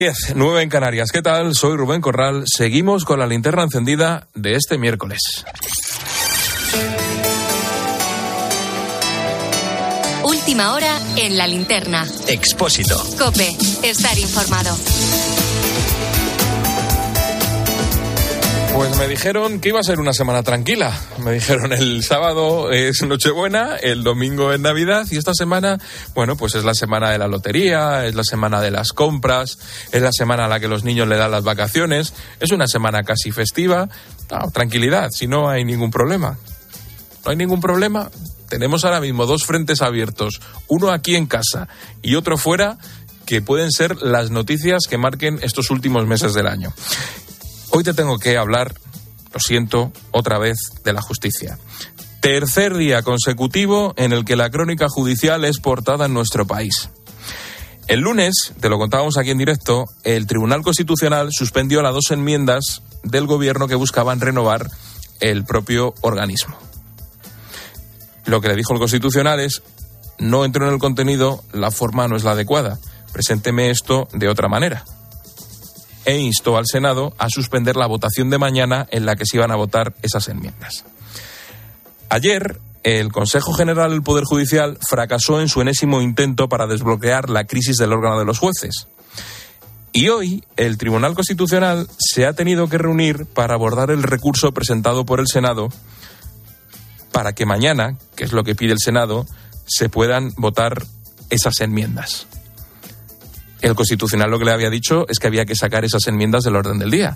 10:09 en Canarias. ¿Qué tal? Soy Rubén Corral. Seguimos con la linterna encendida de este miércoles. Última hora en la linterna. Expósito. COPE. Estar informado. Pues me dijeron que iba a ser una semana tranquila. Me dijeron el sábado es Nochebuena, el domingo es Navidad y esta semana, bueno, pues es la semana de la lotería, es la semana de las compras, es la semana a la que los niños le dan las vacaciones, es una semana casi festiva. No, tranquilidad, si no hay ningún problema. No hay ningún problema. Tenemos ahora mismo dos frentes abiertos, uno aquí en casa y otro fuera, que pueden ser las noticias que marquen estos últimos meses del año. Hoy te tengo que hablar, lo siento, otra vez de la justicia. Tercer día consecutivo en el que la crónica judicial es portada en nuestro país. El lunes, te lo contábamos aquí en directo, el Tribunal Constitucional suspendió las 2 enmiendas del gobierno que buscaban renovar el propio organismo. Lo que le dijo el Constitucional es: no entro en el contenido, la forma no es la adecuada, presénteme esto de otra manera. E instó al Senado a suspender la votación de mañana en la que se iban a votar esas enmiendas. Ayer, el Consejo General del Poder Judicial fracasó en su enésimo intento para desbloquear la crisis del órgano de los jueces. Y hoy, el Tribunal Constitucional se ha tenido que reunir para abordar el recurso presentado por el Senado para que mañana, que es lo que pide el Senado, se puedan votar esas enmiendas. El Constitucional lo que le había dicho es que había que sacar esas enmiendas del orden del día.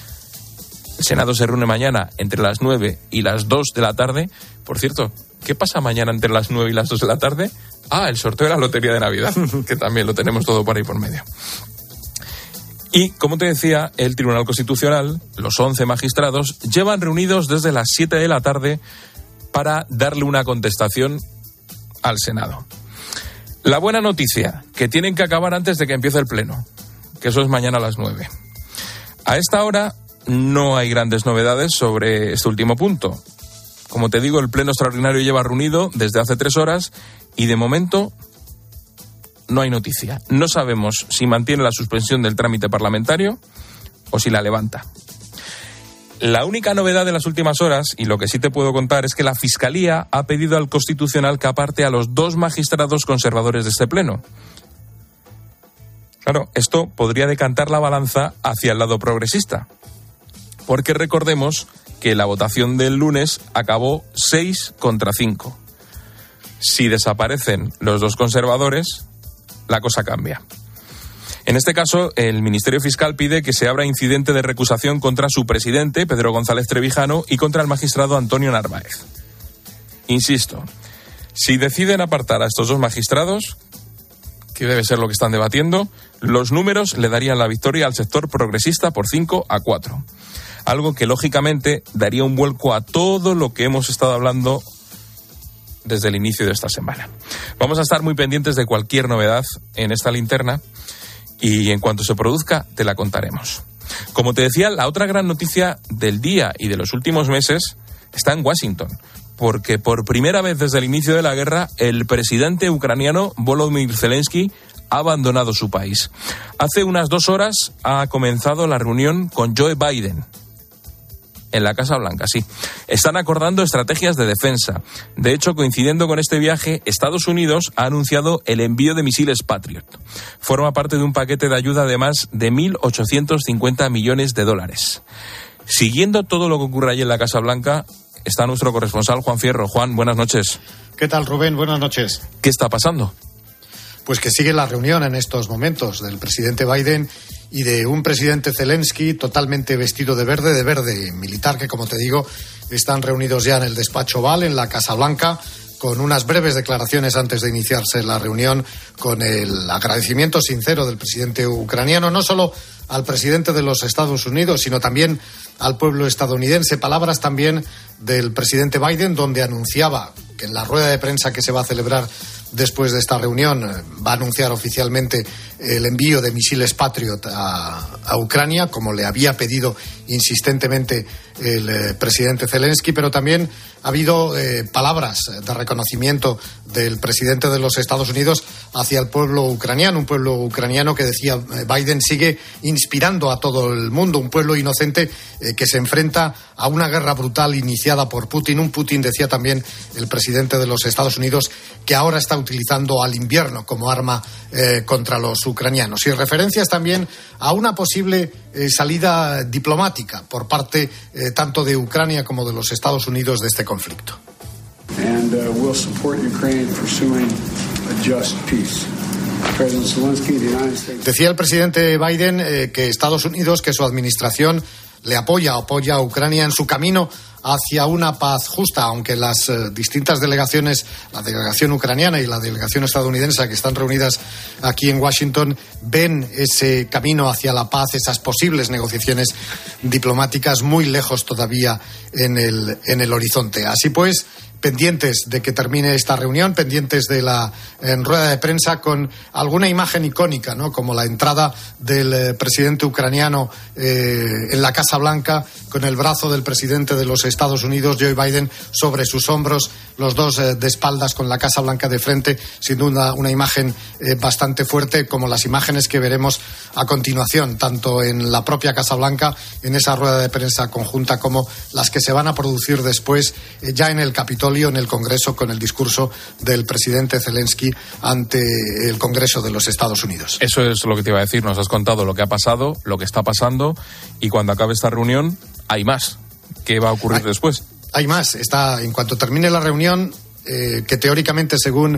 El Senado se reúne mañana entre las 9 y las 2 de la tarde. Por cierto, ¿qué pasa mañana entre las 9 y las 2 de la tarde? El sorteo de la Lotería de Navidad, que también lo tenemos todo por ahí por medio. Y, como te decía, el Tribunal Constitucional, los 11 magistrados, llevan reunidos desde las 7 de la tarde para darle una contestación al Senado. La buena noticia, que tienen que acabar antes de que empiece el pleno, que eso es mañana a las 9. A esta hora no hay grandes novedades sobre este último punto. Como te digo, el pleno extraordinario lleva reunido desde hace 3 horas y de momento no hay noticia. No sabemos si mantiene la suspensión del trámite parlamentario o si la levanta. La única novedad de las últimas horas, y lo que sí te puedo contar, es que la Fiscalía ha pedido al Constitucional que aparte a los 2 magistrados conservadores de este pleno. Claro, esto podría decantar la balanza hacia el lado progresista, porque recordemos que la votación del lunes acabó 6 contra 5. Si desaparecen los 2 conservadores, la cosa cambia. En este caso, el Ministerio Fiscal pide que se abra incidente de recusación contra su presidente, Pedro González Trevijano, y contra el magistrado Antonio Narváez. Insisto, si deciden apartar a estos 2 magistrados, que debe ser lo que están debatiendo, los números le darían la victoria al sector progresista por 5-4. Algo que, lógicamente, daría un vuelco a todo lo que hemos estado hablando desde el inicio de esta semana. Vamos a estar muy pendientes de cualquier novedad en esta linterna, y en cuanto se produzca, te la contaremos. Como te decía, la otra gran noticia del día y de los últimos meses está en Washington, porque por primera vez desde el inicio de la guerra, el presidente ucraniano Volodymyr Zelensky ha abandonado su país. Hace unas 2 horas ha comenzado la reunión con Joe Biden en la Casa Blanca, sí. Están acordando estrategias de defensa. De hecho, coincidiendo con este viaje, Estados Unidos ha anunciado el envío de misiles Patriot. Forma parte de un paquete de ayuda de más de $1.850 millones. Siguiendo todo lo que ocurre allí en la Casa Blanca, está nuestro corresponsal Juan Fierro. Juan, buenas noches. ¿Qué tal, Rubén? Buenas noches. ¿Qué está pasando? Pues que sigue la reunión en estos momentos del presidente Biden y de un presidente Zelensky totalmente vestido de verde militar, que, como te digo, están reunidos ya en el despacho Oval, en la Casa Blanca, con unas breves declaraciones antes de iniciarse la reunión, con el agradecimiento sincero del presidente ucraniano, no solo al presidente de los Estados Unidos, sino también al pueblo estadounidense. Palabras también del presidente Biden, donde anunciaba que en la rueda de prensa que se va a celebrar después de esta reunión va a anunciar oficialmente el envío de misiles Patriot a Ucrania, como le había pedido insistentemente el presidente Zelensky, pero también ha habido palabras de reconocimiento del presidente de los Estados Unidos hacia el pueblo ucraniano, un pueblo ucraniano que, decía Biden, sigue inspirando a todo el mundo, un pueblo inocente que se enfrenta a una guerra brutal iniciada por Putin, un Putin, decía también el presidente de los Estados Unidos, que ahora está utilizando al invierno como arma contra los ucranianos. Y referencias también a una posible salida diplomática por parte tanto de Ucrania como de los Estados Unidos de este conflicto. And we'll support Ukraine pursuing a just peace. President Zelensky, the United States. Decía el presidente Biden que Estados Unidos, que su administración le apoya a Ucrania en su camino hacia una paz justa, aunque las distintas delegaciones, la delegación ucraniana y la delegación estadounidense que están reunidas aquí en Washington, ven ese camino hacia la paz, esas posibles negociaciones diplomáticas muy lejos todavía en el horizonte. Así pues, pendientes de que termine esta reunión, pendientes de la rueda de prensa con alguna imagen icónica, ¿no? Como la entrada del presidente ucraniano en la Casa Blanca, con el brazo del presidente de los Estados Unidos, Joe Biden, sobre sus hombros, los dos de espaldas con la Casa Blanca de frente, sin duda una imagen bastante fuerte, como las imágenes que veremos a continuación, tanto en la propia Casa Blanca, en esa rueda de prensa conjunta, como las que se van a producir después ya en el Capitolio, en el Congreso, con el discurso del presidente Zelensky ante el Congreso de los Estados Unidos. Eso es lo que te iba a decir. Nos has contado lo que ha pasado, lo que está pasando, y cuando acabe esta reunión hay más. ¿Qué va a ocurrir después? Hay más. En cuanto termine la reunión, que teóricamente, según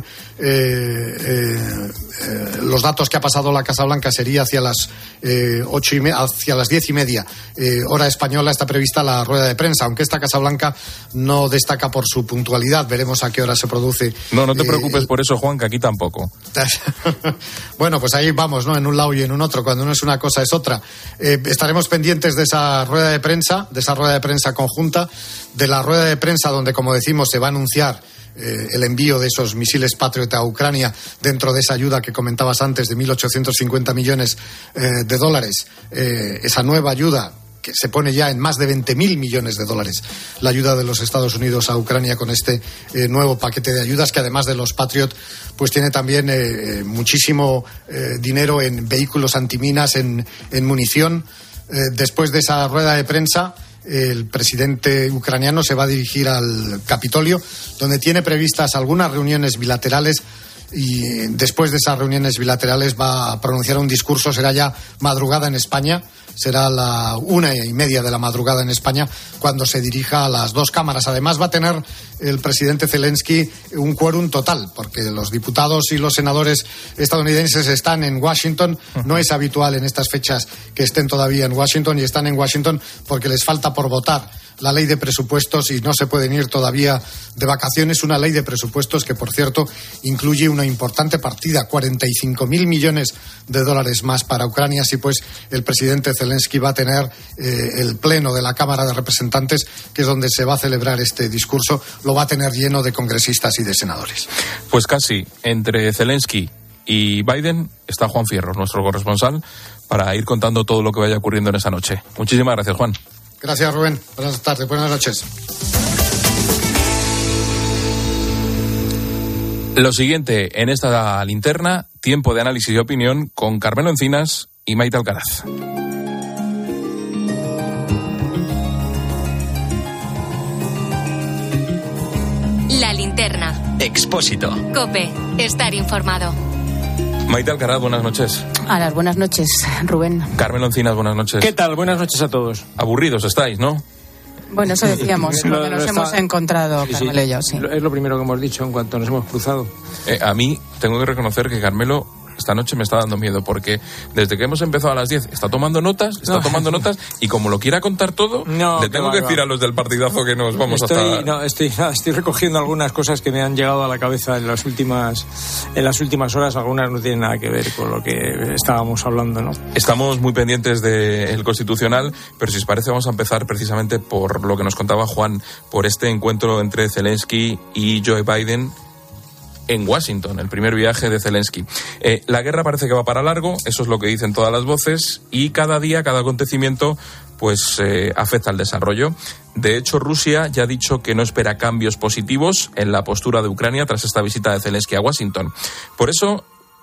los datos que ha pasado la Casa Blanca, sería hacia las 8:30, hacia las 10:30 hora española, está prevista la rueda de prensa, aunque esta Casa Blanca no destaca por su puntualidad. Veremos a qué hora se produce. No te preocupes por eso, Juan, que aquí tampoco. Bueno, pues ahí vamos, ¿no? En un lado y en un otro. Cuando no es una cosa es otra. Estaremos pendientes de esa rueda de prensa, conjunta, de la rueda de prensa donde, como decimos, se va a anunciar el envío de esos misiles Patriot a Ucrania dentro de esa ayuda que comentabas antes de 1.850 millones de dólares. Esa nueva ayuda que se pone ya en más de 20.000 millones de dólares, la ayuda de los Estados Unidos a Ucrania con este nuevo paquete de ayudas, que además de los Patriot pues tiene también muchísimo dinero en vehículos antiminas, en munición. Después de esa rueda de prensa, el presidente ucraniano se va a dirigir al Capitolio, donde tiene previstas algunas reuniones bilaterales, y después de esas reuniones bilaterales va a pronunciar un discurso. Será ya madrugada en España, será la 1:30 de la madrugada en España cuando se dirija a las dos cámaras. Además va a tener el presidente Zelensky un quórum total, porque los diputados y los senadores estadounidenses están en Washington. No es habitual en estas fechas que estén todavía en Washington, y están en Washington porque les falta por votar la ley de presupuestos y no se pueden ir todavía de vacaciones. Una ley de presupuestos que, por cierto, incluye una importante partida, 45.000 millones de dólares más para Ucrania. Así pues, el presidente Zelensky va a tener el pleno de la Cámara de Representantes, que es donde se va a celebrar este discurso, lo va a tener lleno de congresistas y de senadores. Pues casi entre Zelensky y Biden está Juan Fierro, nuestro corresponsal, para ir contando todo lo que vaya ocurriendo en esa noche. Muchísimas gracias, Juan. Gracias, Rubén. Buenas tardes, buenas noches. Lo siguiente en esta linterna, tiempo de análisis y opinión con Carmelo Encinas y Maite Alcaraz. La linterna. Expósito. COPE. Estar informado. Maite Alcaraz, buenas noches. A las buenas noches, Rubén. Carmelo Encinas, buenas noches. ¿Qué tal? Buenas noches a todos. Aburridos estáis, ¿no? Bueno, eso decíamos, cuando nos hemos encontrado, Carmelo y yo, sí. Es lo primero que hemos dicho en cuanto nos hemos cruzado. A mí tengo que reconocer que Carmelo esta noche me está dando miedo, porque desde que hemos empezado a las 10 está tomando notas, y como lo quiera contar todo, le tengo que decir a los del partidazo que nos vamos estoy recogiendo algunas cosas que me han llegado a la cabeza en las últimas horas. Algunas no tienen nada que ver con lo que estábamos hablando, ¿no? Estamos muy pendientes del Constitucional, pero si os parece vamos a empezar precisamente por lo que nos contaba Juan, por este encuentro entre Zelensky y Joe Biden en Washington, el primer viaje de Zelensky. La guerra parece que va para largo, eso es lo que dicen todas las voces, y cada día, cada acontecimiento, pues afecta al desarrollo. De hecho, Rusia ya ha dicho que no espera cambios positivos en la postura de Ucrania tras esta visita de Zelensky a Washington. Por eso,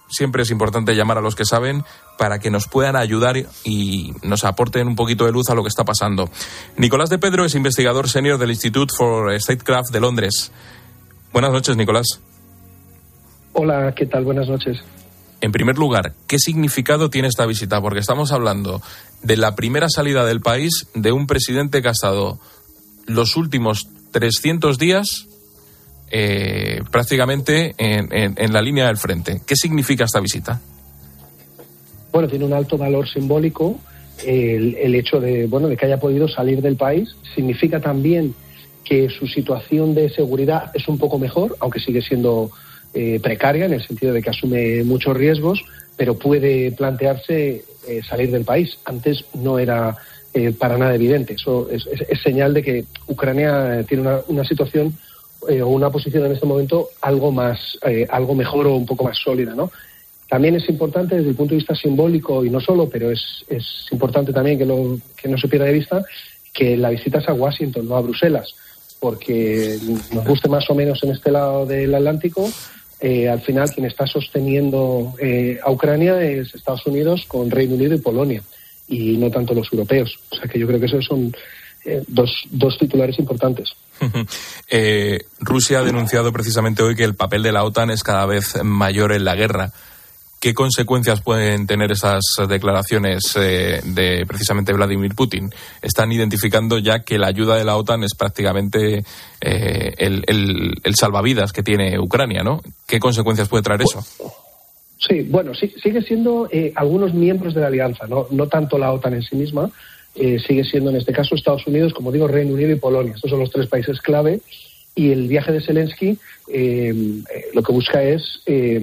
siempre es importante llamar a los que saben para que nos puedan ayudar y nos aporten un poquito de luz a lo que está pasando. Nicolás de Pedro es investigador senior del Institute for Statecraft de Londres. Buenas noches, Nicolás. Hola, ¿qué tal? Buenas noches. En primer lugar, ¿qué significado tiene esta visita? Porque estamos hablando de la primera salida del país de un presidente que ha estado los últimos 300 días prácticamente en la línea del frente. ¿Qué significa esta visita? Bueno, tiene un alto valor simbólico el hecho de que haya podido salir del país. Significa también que su situación de seguridad es un poco mejor, aunque sigue siendo precaria en el sentido de que asume muchos riesgos, pero puede plantearse salir del país. Antes no era para nada evidente. Eso es señal de que Ucrania tiene una situación o una posición en este momento algo mejor o un poco más sólida, ¿no? También es importante desde el punto de vista simbólico, y no solo, pero es importante también que no se pierda de vista que la visita es a Washington, no a Bruselas, porque nos guste más o menos en este lado del Atlántico, al final quien está sosteniendo a Ucrania es Estados Unidos con Reino Unido y Polonia, y no tanto los europeos. O sea que yo creo que esos son dos titulares importantes. Rusia ha denunciado precisamente hoy que el papel de la OTAN es cada vez mayor en la guerra. ¿Qué consecuencias pueden tener esas declaraciones de precisamente Vladimir Putin? Están identificando ya que la ayuda de la OTAN es prácticamente el salvavidas que tiene Ucrania, ¿no? ¿Qué consecuencias puede traer eso? Sí, bueno, sigue siendo algunos miembros de la alianza, no tanto la OTAN en sí misma. Sigue siendo en este caso Estados Unidos, como digo, Reino Unido y Polonia. Estos son los tres países clave, y el viaje de Zelensky lo que busca es,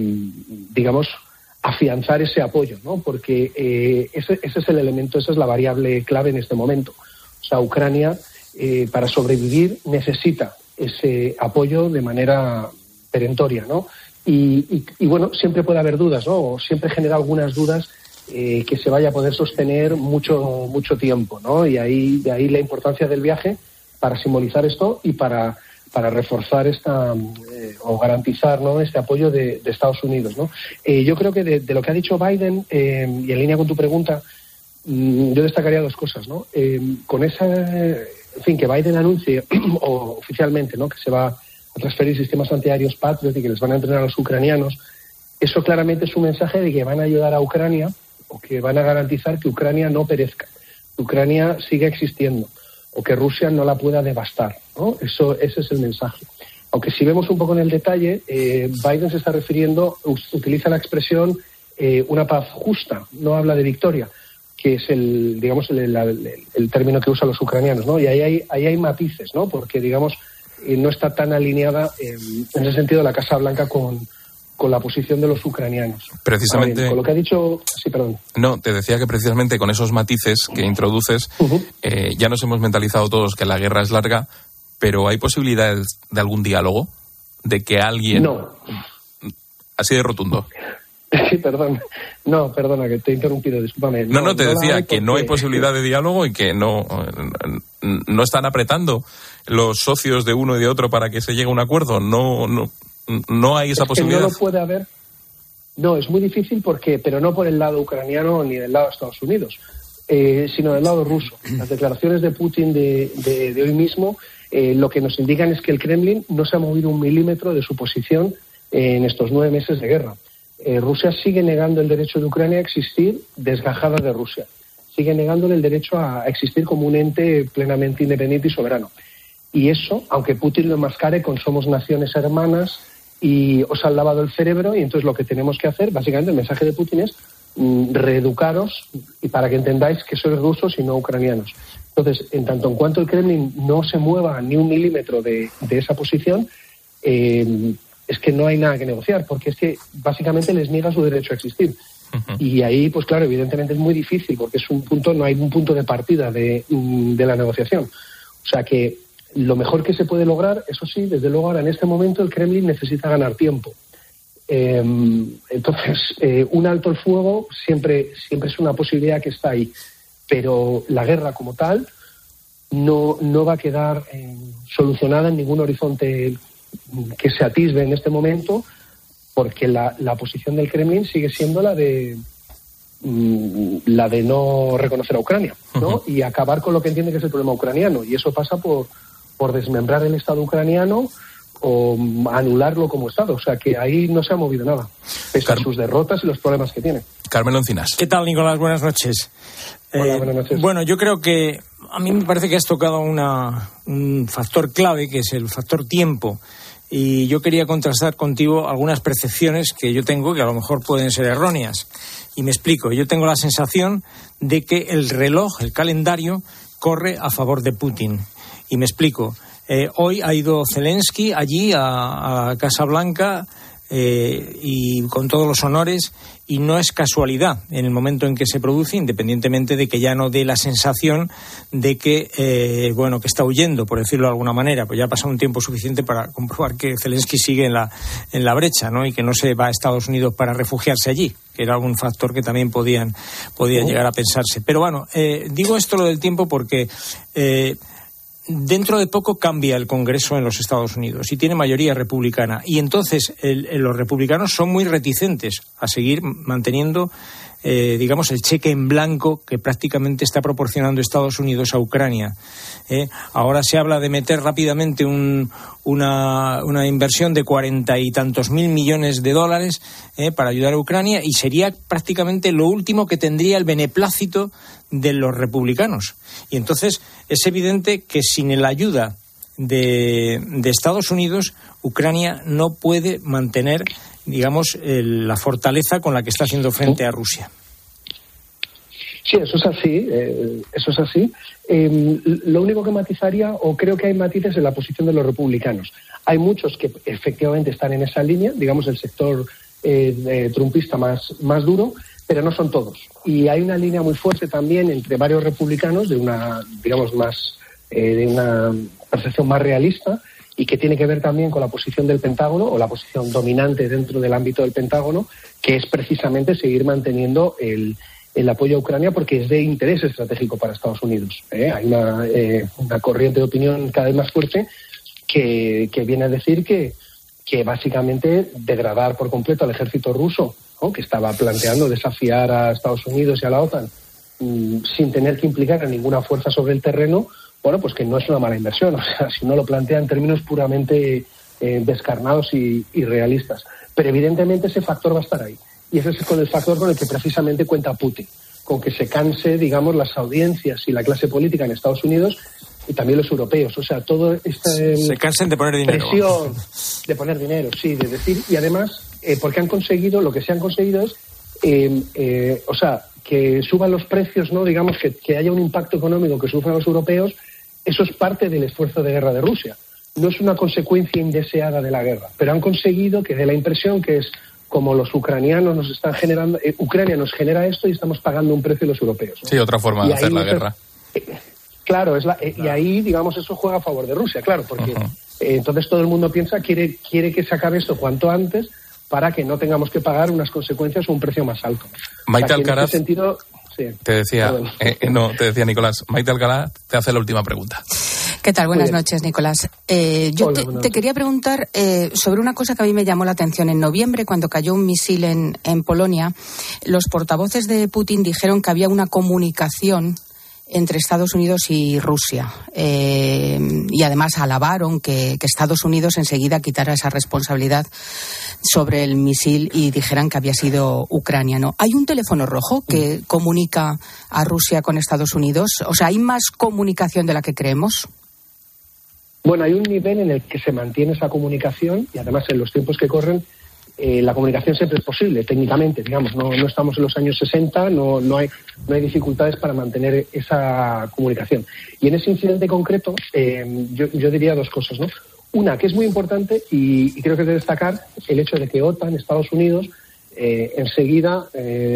afianzar ese apoyo, ¿no? Porque ese es el elemento, esa es la variable clave en este momento. O sea, Ucrania, para sobrevivir, necesita ese apoyo de manera perentoria, ¿no? Y bueno, siempre puede haber dudas, ¿no? O siempre genera algunas dudas que se vaya a poder sostener mucho tiempo, ¿no? Y de ahí la importancia del viaje para simbolizar esto y para reforzar o garantizar, ¿no?, este apoyo de Estados Unidos, ¿no? Yo creo que de lo que ha dicho Biden, y en línea con tu pregunta, yo destacaría dos cosas, ¿no? Con que Biden anuncie o oficialmente, ¿no?, que se va a transferir sistemas antiaéreos Patriot y que les van a entrenar a los ucranianos, eso claramente es un mensaje de que van a ayudar a Ucrania, o que van a garantizar que Ucrania no perezca, que Ucrania siga existiendo, o que Rusia no la pueda devastar, ¿no? Ese es el mensaje. Aunque si vemos un poco en el detalle, Biden se está refiriendo, utiliza la expresión una paz justa, no habla de victoria, que es el término que usan los ucranianos, ¿no? Y ahí hay matices, ¿no? Porque, no está tan alineada en ese sentido la Casa Blanca con la posición de los ucranianos. Precisamente. Bien, con lo que ha dicho... Sí, perdón. No, te decía que precisamente con esos matices que introduces, ya nos hemos mentalizado todos que la guerra es larga, pero ¿hay posibilidades de algún diálogo? ¿De que alguien...? No. Así de rotundo. Sí, perdón. No, perdona, que te he interrumpido, discúlpame. No, te decía que no hay posibilidad de diálogo y que no están apretando los socios de uno y de otro para que se llegue a un acuerdo. No hay esa posibilidad. No lo puede haber. No, es muy difícil pero no por el lado ucraniano ni del lado de Estados Unidos, sino del lado ruso. Las declaraciones de Putin de hoy mismo lo que nos indican es que el Kremlin no se ha movido un milímetro de su posición en estos 9 meses de guerra. Rusia sigue negando el derecho de Ucrania a existir desgajada de Rusia. Sigue negándole el derecho a existir como un ente plenamente independiente y soberano. Y eso, aunque Putin lo enmascare con somos naciones hermanas y os han lavado el cerebro, y entonces lo que tenemos que hacer, básicamente el mensaje de Putin es reeducaros y para que entendáis que sois rusos y no ucranianos. Entonces, en tanto en cuanto el Kremlin no se mueva ni un milímetro de esa posición, es que no hay nada que negociar, porque es que básicamente les niega su derecho a existir. Uh-huh. Y ahí, pues claro, evidentemente es muy difícil, porque no hay un punto de partida de la negociación. O sea que lo mejor que se puede lograr, eso sí, desde luego ahora en este momento el Kremlin necesita ganar tiempo. Entonces, un alto el fuego siempre es una posibilidad que está ahí, pero la guerra como tal no va a quedar solucionada en ningún horizonte que se atisbe en este momento porque la posición del Kremlin sigue siendo la de no reconocer a Ucrania, ¿no? Y acabar con lo que entiende que es el problema ucraniano, y eso pasa por desmembrar el Estado ucraniano o anularlo como Estado. O sea que ahí no se ha movido nada, pese a sus derrotas y los problemas que tiene. Carmelo Encinas. ¿Qué tal, Nicolás? Buenas noches. Hola, buenas noches. Bueno, yo creo que a mí me parece que has tocado un factor clave, que es el factor tiempo. Y yo quería contrastar contigo algunas percepciones que yo tengo, que a lo mejor pueden ser erróneas. Y me explico. Yo tengo la sensación de que el reloj, el calendario, corre a favor de Putin. Y me explico. Hoy ha ido Zelensky allí a Casa Blanca y con todos los honores, y no es casualidad en el momento en que se produce, independientemente de que ya no dé la sensación de que que está huyendo, por decirlo de alguna manera. Pues ya ha pasado un tiempo suficiente para comprobar que Zelensky sigue en la brecha, ¿no? Y que no se va a Estados Unidos para refugiarse allí, que era algún factor que también podía llegar a pensarse. Pero bueno, digo esto lo del tiempo porque dentro de poco cambia el Congreso en los Estados Unidos y tiene mayoría republicana, y entonces los republicanos son muy reticentes a seguir manteniendo el cheque en blanco que prácticamente está proporcionando Estados Unidos a Ucrania. Ahora se habla de meter rápidamente una inversión de 40 y tantos mil millones de dólares para ayudar a Ucrania, y sería prácticamente lo último que tendría el beneplácito de los republicanos. Y entonces es evidente que sin la ayuda de Estados Unidos, Ucrania no puede mantener, la fortaleza con la que está haciendo frente a Rusia. Sí, eso es así. Lo único que matizaría, o creo que hay matices en la posición de los republicanos. Hay muchos que efectivamente están en esa línea, el sector trumpista más duro, pero no son todos. Y hay una línea muy fuerte también entre varios republicanos de una percepción más realista, y que tiene que ver también con la posición del Pentágono, o la posición dominante dentro del ámbito del Pentágono, que es precisamente seguir manteniendo el apoyo a Ucrania, porque es de interés estratégico para Estados Unidos. Hay una corriente de opinión cada vez más fuerte que viene a decir que básicamente degradar por completo al ejército ruso, ¿no?, que estaba planteando desafiar a Estados Unidos y a la OTAN sin tener que implicar a ninguna fuerza sobre el terreno, pues que no es una mala inversión. O sea, si no lo plantea en términos puramente descarnados y realistas. Pero evidentemente ese factor va a estar ahí. Y ese es el factor con el que precisamente cuenta Putin, con que se canse, las audiencias y la clase política en Estados Unidos, y también los europeos. O sea, todo este se cansen de poner dinero. Presión de poner dinero, sí, de decir. Y además, porque lo que se han conseguido es, que suban los precios, ¿no? Que haya un impacto económico que sufran los europeos. Eso es parte del esfuerzo de guerra de Rusia. No es una consecuencia indeseada de la guerra, pero han conseguido que dé la impresión que es como los ucranianos nos están generando, Ucrania nos genera esto y estamos pagando un precio los europeos, ¿no? Sí, otra forma de hacer la guerra. Claro, y ahí, eso juega a favor de Rusia, claro, porque entonces todo el mundo quiere que se acabe esto cuanto antes para que no tengamos que pagar unas consecuencias o un precio más alto. Maite Alcaraz, en ese sentido, sí. te decía Nicolás, Maite Alcaraz te hace la última pregunta. ¿Qué tal? Buenas noches, Nicolás. Yo te quería preguntar sobre una cosa que a mí me llamó la atención. En noviembre, cuando cayó un misil en Polonia, los portavoces de Putin dijeron que había una comunicación entre Estados Unidos y Rusia. Y además alabaron que Estados Unidos enseguida quitara esa responsabilidad sobre el misil y dijeran que había sido ucraniano. ¿Hay un teléfono rojo que comunica a Rusia con Estados Unidos? O sea, ¿hay más comunicación de la que creemos? Bueno, hay un nivel en el que se mantiene esa comunicación, y además en los tiempos que corren la comunicación siempre es posible, técnicamente, no estamos en los años 60, no hay dificultades para mantener esa comunicación. Y en ese incidente concreto, yo diría dos cosas, ¿no? Una, que es muy importante, y creo que es de destacar el hecho de que OTAN, Estados Unidos, enseguida,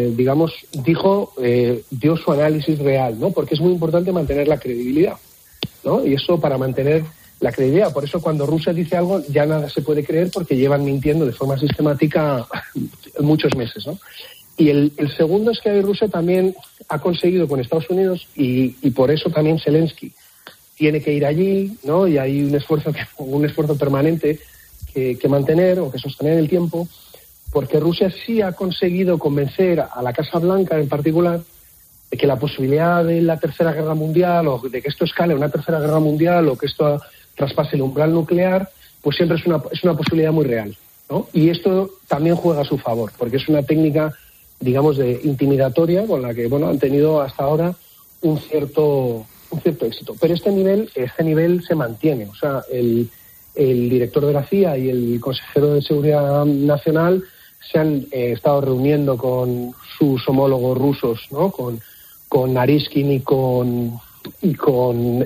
dio su análisis real, ¿no? Porque es muy importante mantener la credibilidad, ¿no? Y eso para mantener la credibilidad. Por eso cuando Rusia dice algo ya nada se puede creer, porque llevan mintiendo de forma sistemática muchos meses, ¿no? Y el segundo es que Rusia también ha conseguido con Estados Unidos, y por eso también Zelensky tiene que ir allí, ¿no? Y hay un esfuerzo permanente que mantener o que sostener en el tiempo, porque Rusia sí ha conseguido convencer a la Casa Blanca en particular de que la posibilidad de la Tercera Guerra Mundial, o de que esto escale a una Tercera Guerra Mundial, o que esto traspase el umbral nuclear, pues siempre es una posibilidad muy real, ¿no? Y esto también juega a su favor, porque es una técnica, digamos, de intimidatoria con la que, bueno, han tenido hasta ahora un cierto éxito. Pero este nivel se mantiene. O sea, el director de la CIA y el consejero de Seguridad Nacional se han estado reuniendo con sus homólogos rusos, ¿no? Con Naryshkin y con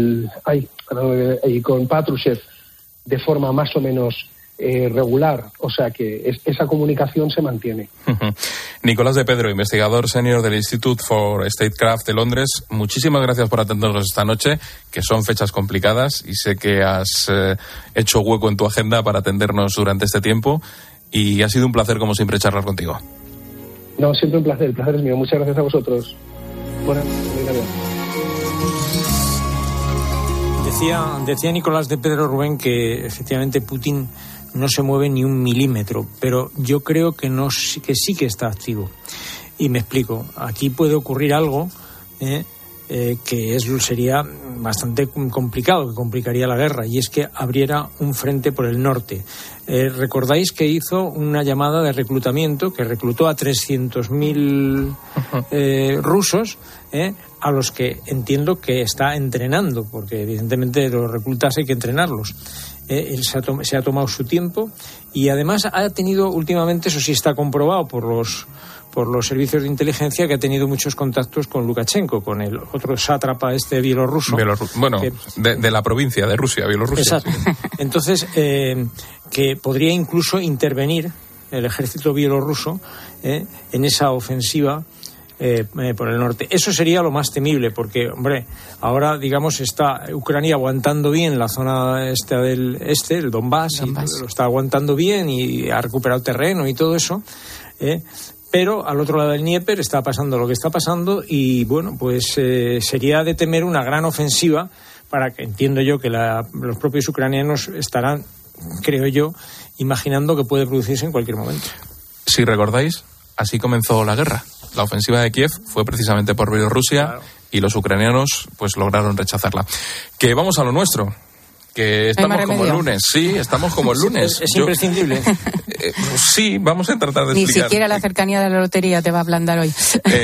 Patrushev de forma más o menos regular, o sea que esa comunicación se mantiene. Nicolás de Pedro, investigador senior del Institute for Statecraft de Londres, muchísimas gracias por atendernos esta noche, que son fechas complicadas y sé que has hecho hueco en tu agenda para atendernos durante este tiempo y ha sido un placer como siempre charlar contigo. No, siempre un placer, el placer es mío, muchas gracias a vosotros. Buenas tardes. Decía Nicolás de Pedro, Rubén, que efectivamente Putin no se mueve ni un milímetro, pero yo creo que sí que está activo. Y me explico. Aquí puede ocurrir algo que sería bastante complicado, que complicaría la guerra, y es que abriera un frente por el norte. Recordáis que hizo una llamada de reclutamiento, que reclutó a 300.000 rusos, a los que entiendo que está entrenando, porque evidentemente los reclutas hay que entrenarlos. Él se ha tomado su tiempo y además ha tenido últimamente, eso sí está comprobado por los servicios de inteligencia, que ha tenido muchos contactos con Lukashenko, con el otro sátrapa bielorruso. Bueno, de la provincia de Rusia, Bielorrusia. Exacto. Sí. Entonces, que podría incluso intervenir el ejército bielorruso en esa ofensiva por el norte. Eso sería lo más temible, porque, hombre, ahora, digamos, está Ucrania aguantando bien la zona el Donbass. Lo está aguantando bien y ha recuperado terreno y todo eso, pero al otro lado del Dnieper está pasando lo que está pasando y, bueno, pues sería de temer una gran ofensiva para que, entiendo yo, que los propios ucranianos estarán, creo yo, imaginando que puede producirse en cualquier momento. Si recordáis, así comenzó la guerra. La ofensiva de Kiev fue precisamente por Bielorrusia, claro, y los ucranianos pues lograron rechazarla. Que vamos a lo nuestro. Que estamos como el lunes. Sí, estamos como el lunes. Es imprescindible. Sí, vamos a tratar de explicar. Ni siquiera la cercanía de la lotería te va a ablandar hoy.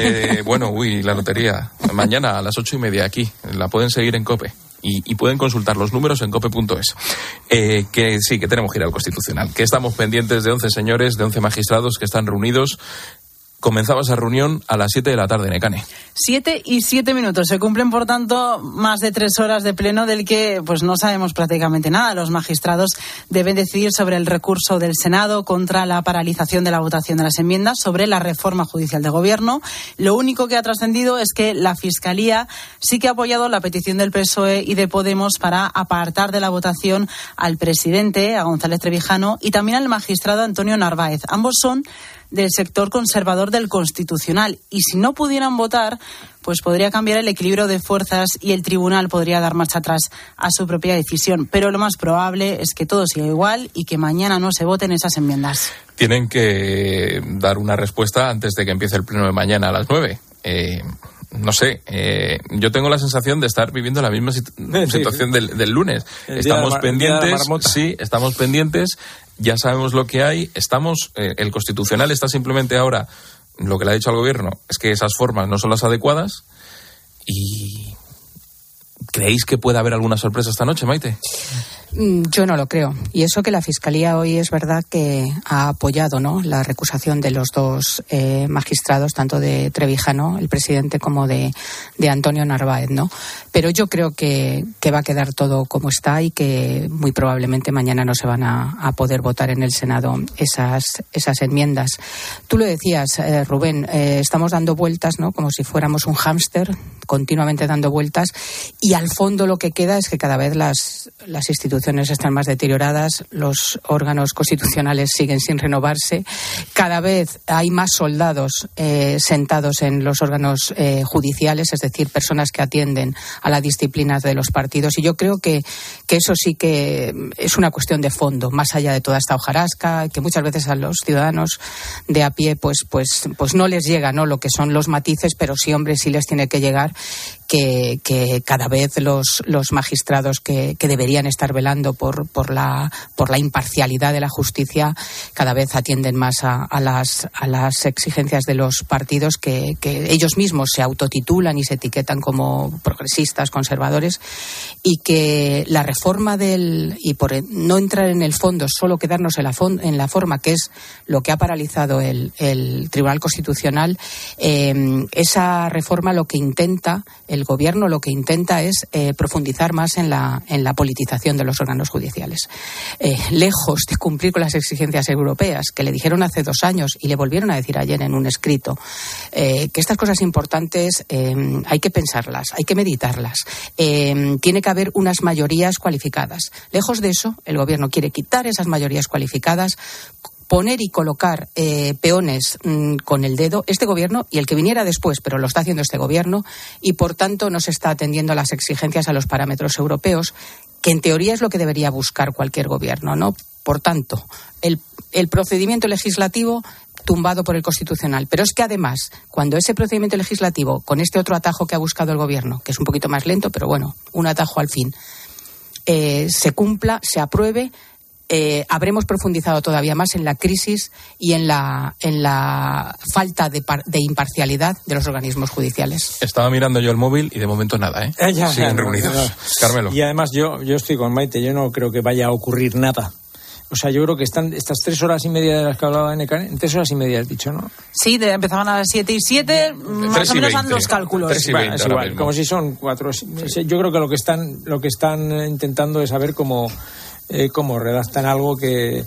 La lotería. Mañana a las 8:30 aquí. La pueden seguir en COPE. Y pueden consultar los números en cope.es. Que sí, que tenemos que ir al Constitucional. Que estamos pendientes de 11 señores, de 11 magistrados que están reunidos. Comenzaba esa reunión a las 7 de la tarde, Nekane. 7:07. Se cumplen, por tanto, más de 3 horas de pleno del que pues no sabemos prácticamente nada. Los magistrados deben decidir sobre el recurso del Senado contra la paralización de la votación de las enmiendas sobre la reforma judicial de gobierno. Lo único que ha trascendido es que la Fiscalía sí que ha apoyado la petición del PSOE y de Podemos para apartar de la votación al presidente, a González Trevijano, y también al magistrado Antonio Narváez. Ambos son del sector conservador del Constitucional, y si no pudieran votar, pues podría cambiar el equilibrio de fuerzas y el tribunal podría dar marcha atrás a su propia decisión. Pero lo más probable es que todo siga igual y que mañana no se voten esas enmiendas. Tienen que dar una respuesta antes de que empiece el pleno de mañana a las 9. No sé, yo tengo la sensación de estar viviendo la misma situación del lunes. Estamos pendientes, estamos pendientes, ya sabemos lo que hay, el Constitucional está simplemente ahora, lo que le ha dicho al gobierno es que esas formas no son las adecuadas. Y ¿creéis que puede haber alguna sorpresa esta noche, Maite? Yo no lo creo. Y eso que la Fiscalía hoy es verdad que ha apoyado, ¿no?, la recusación de los dos magistrados, tanto de Trevijano, el presidente, como de Antonio Narváez, ¿no? Pero yo creo que va a quedar todo como está y que muy probablemente mañana no se van a poder votar en el Senado esas enmiendas. Tú lo decías, Rubén, estamos dando vueltas, ¿no?, como si fuéramos un hámster continuamente dando vueltas, y al fondo lo que queda es que cada vez las instituciones están más deterioradas, los órganos constitucionales siguen sin renovarse, cada vez hay más soldados sentados en los órganos judiciales, es decir, personas que atienden a la disciplina de los partidos, y yo creo que eso sí que es una cuestión de fondo, más allá de toda esta hojarasca, que muchas veces a los ciudadanos de a pie pues no les llega, ¿no?, lo que son los matices, pero sí, hombre, sí les tiene que llegar que cada vez los magistrados que deberían estar velando por la imparcialidad de la justicia cada vez atienden más a las exigencias de los partidos que ellos mismos se autotitulan y se etiquetan como progresistas, conservadores, y que la reforma y por no entrar en el fondo, solo quedarnos en la forma, que es lo que ha paralizado el Tribunal Constitucional, esa reforma el gobierno lo que intenta es profundizar más en la politización de los órganos judiciales. Lejos de cumplir con las exigencias europeas, que le dijeron hace 2 años y le volvieron a decir ayer en un escrito, que estas cosas importantes hay que pensarlas, hay que meditarlas, tiene que haber unas mayorías cualificadas. Lejos de eso, el gobierno quiere quitar esas mayorías cualificadas, poner y colocar peones con el dedo, este gobierno y el que viniera después, pero lo está haciendo este gobierno, y por tanto no se está atendiendo a las exigencias, a los parámetros europeos, que en teoría es lo que debería buscar cualquier gobierno, ¿no? Por tanto, el procedimiento legislativo tumbado por el Constitucional. Pero es que además, cuando ese procedimiento legislativo, con este otro atajo que ha buscado el gobierno, que es un poquito más lento, pero bueno, un atajo al fin, se cumpla, se apruebe, habremos profundizado todavía más en la crisis y en la falta de imparcialidad de los organismos judiciales. Estaba mirando yo el móvil y de momento nada, siguen reunidos. Carmelo. Y además yo estoy con Maite, yo no creo que vaya a ocurrir nada. O sea, yo creo que están estas 3 horas y media de las que hablaba NKN, en 3 horas y media has dicho, ¿no? Sí, empezaban a las 7:07, más o menos dan los cálculos. 3:20, es igual, como si son 4. Sí. Yo creo que lo que están intentando es saber cómo redactan algo que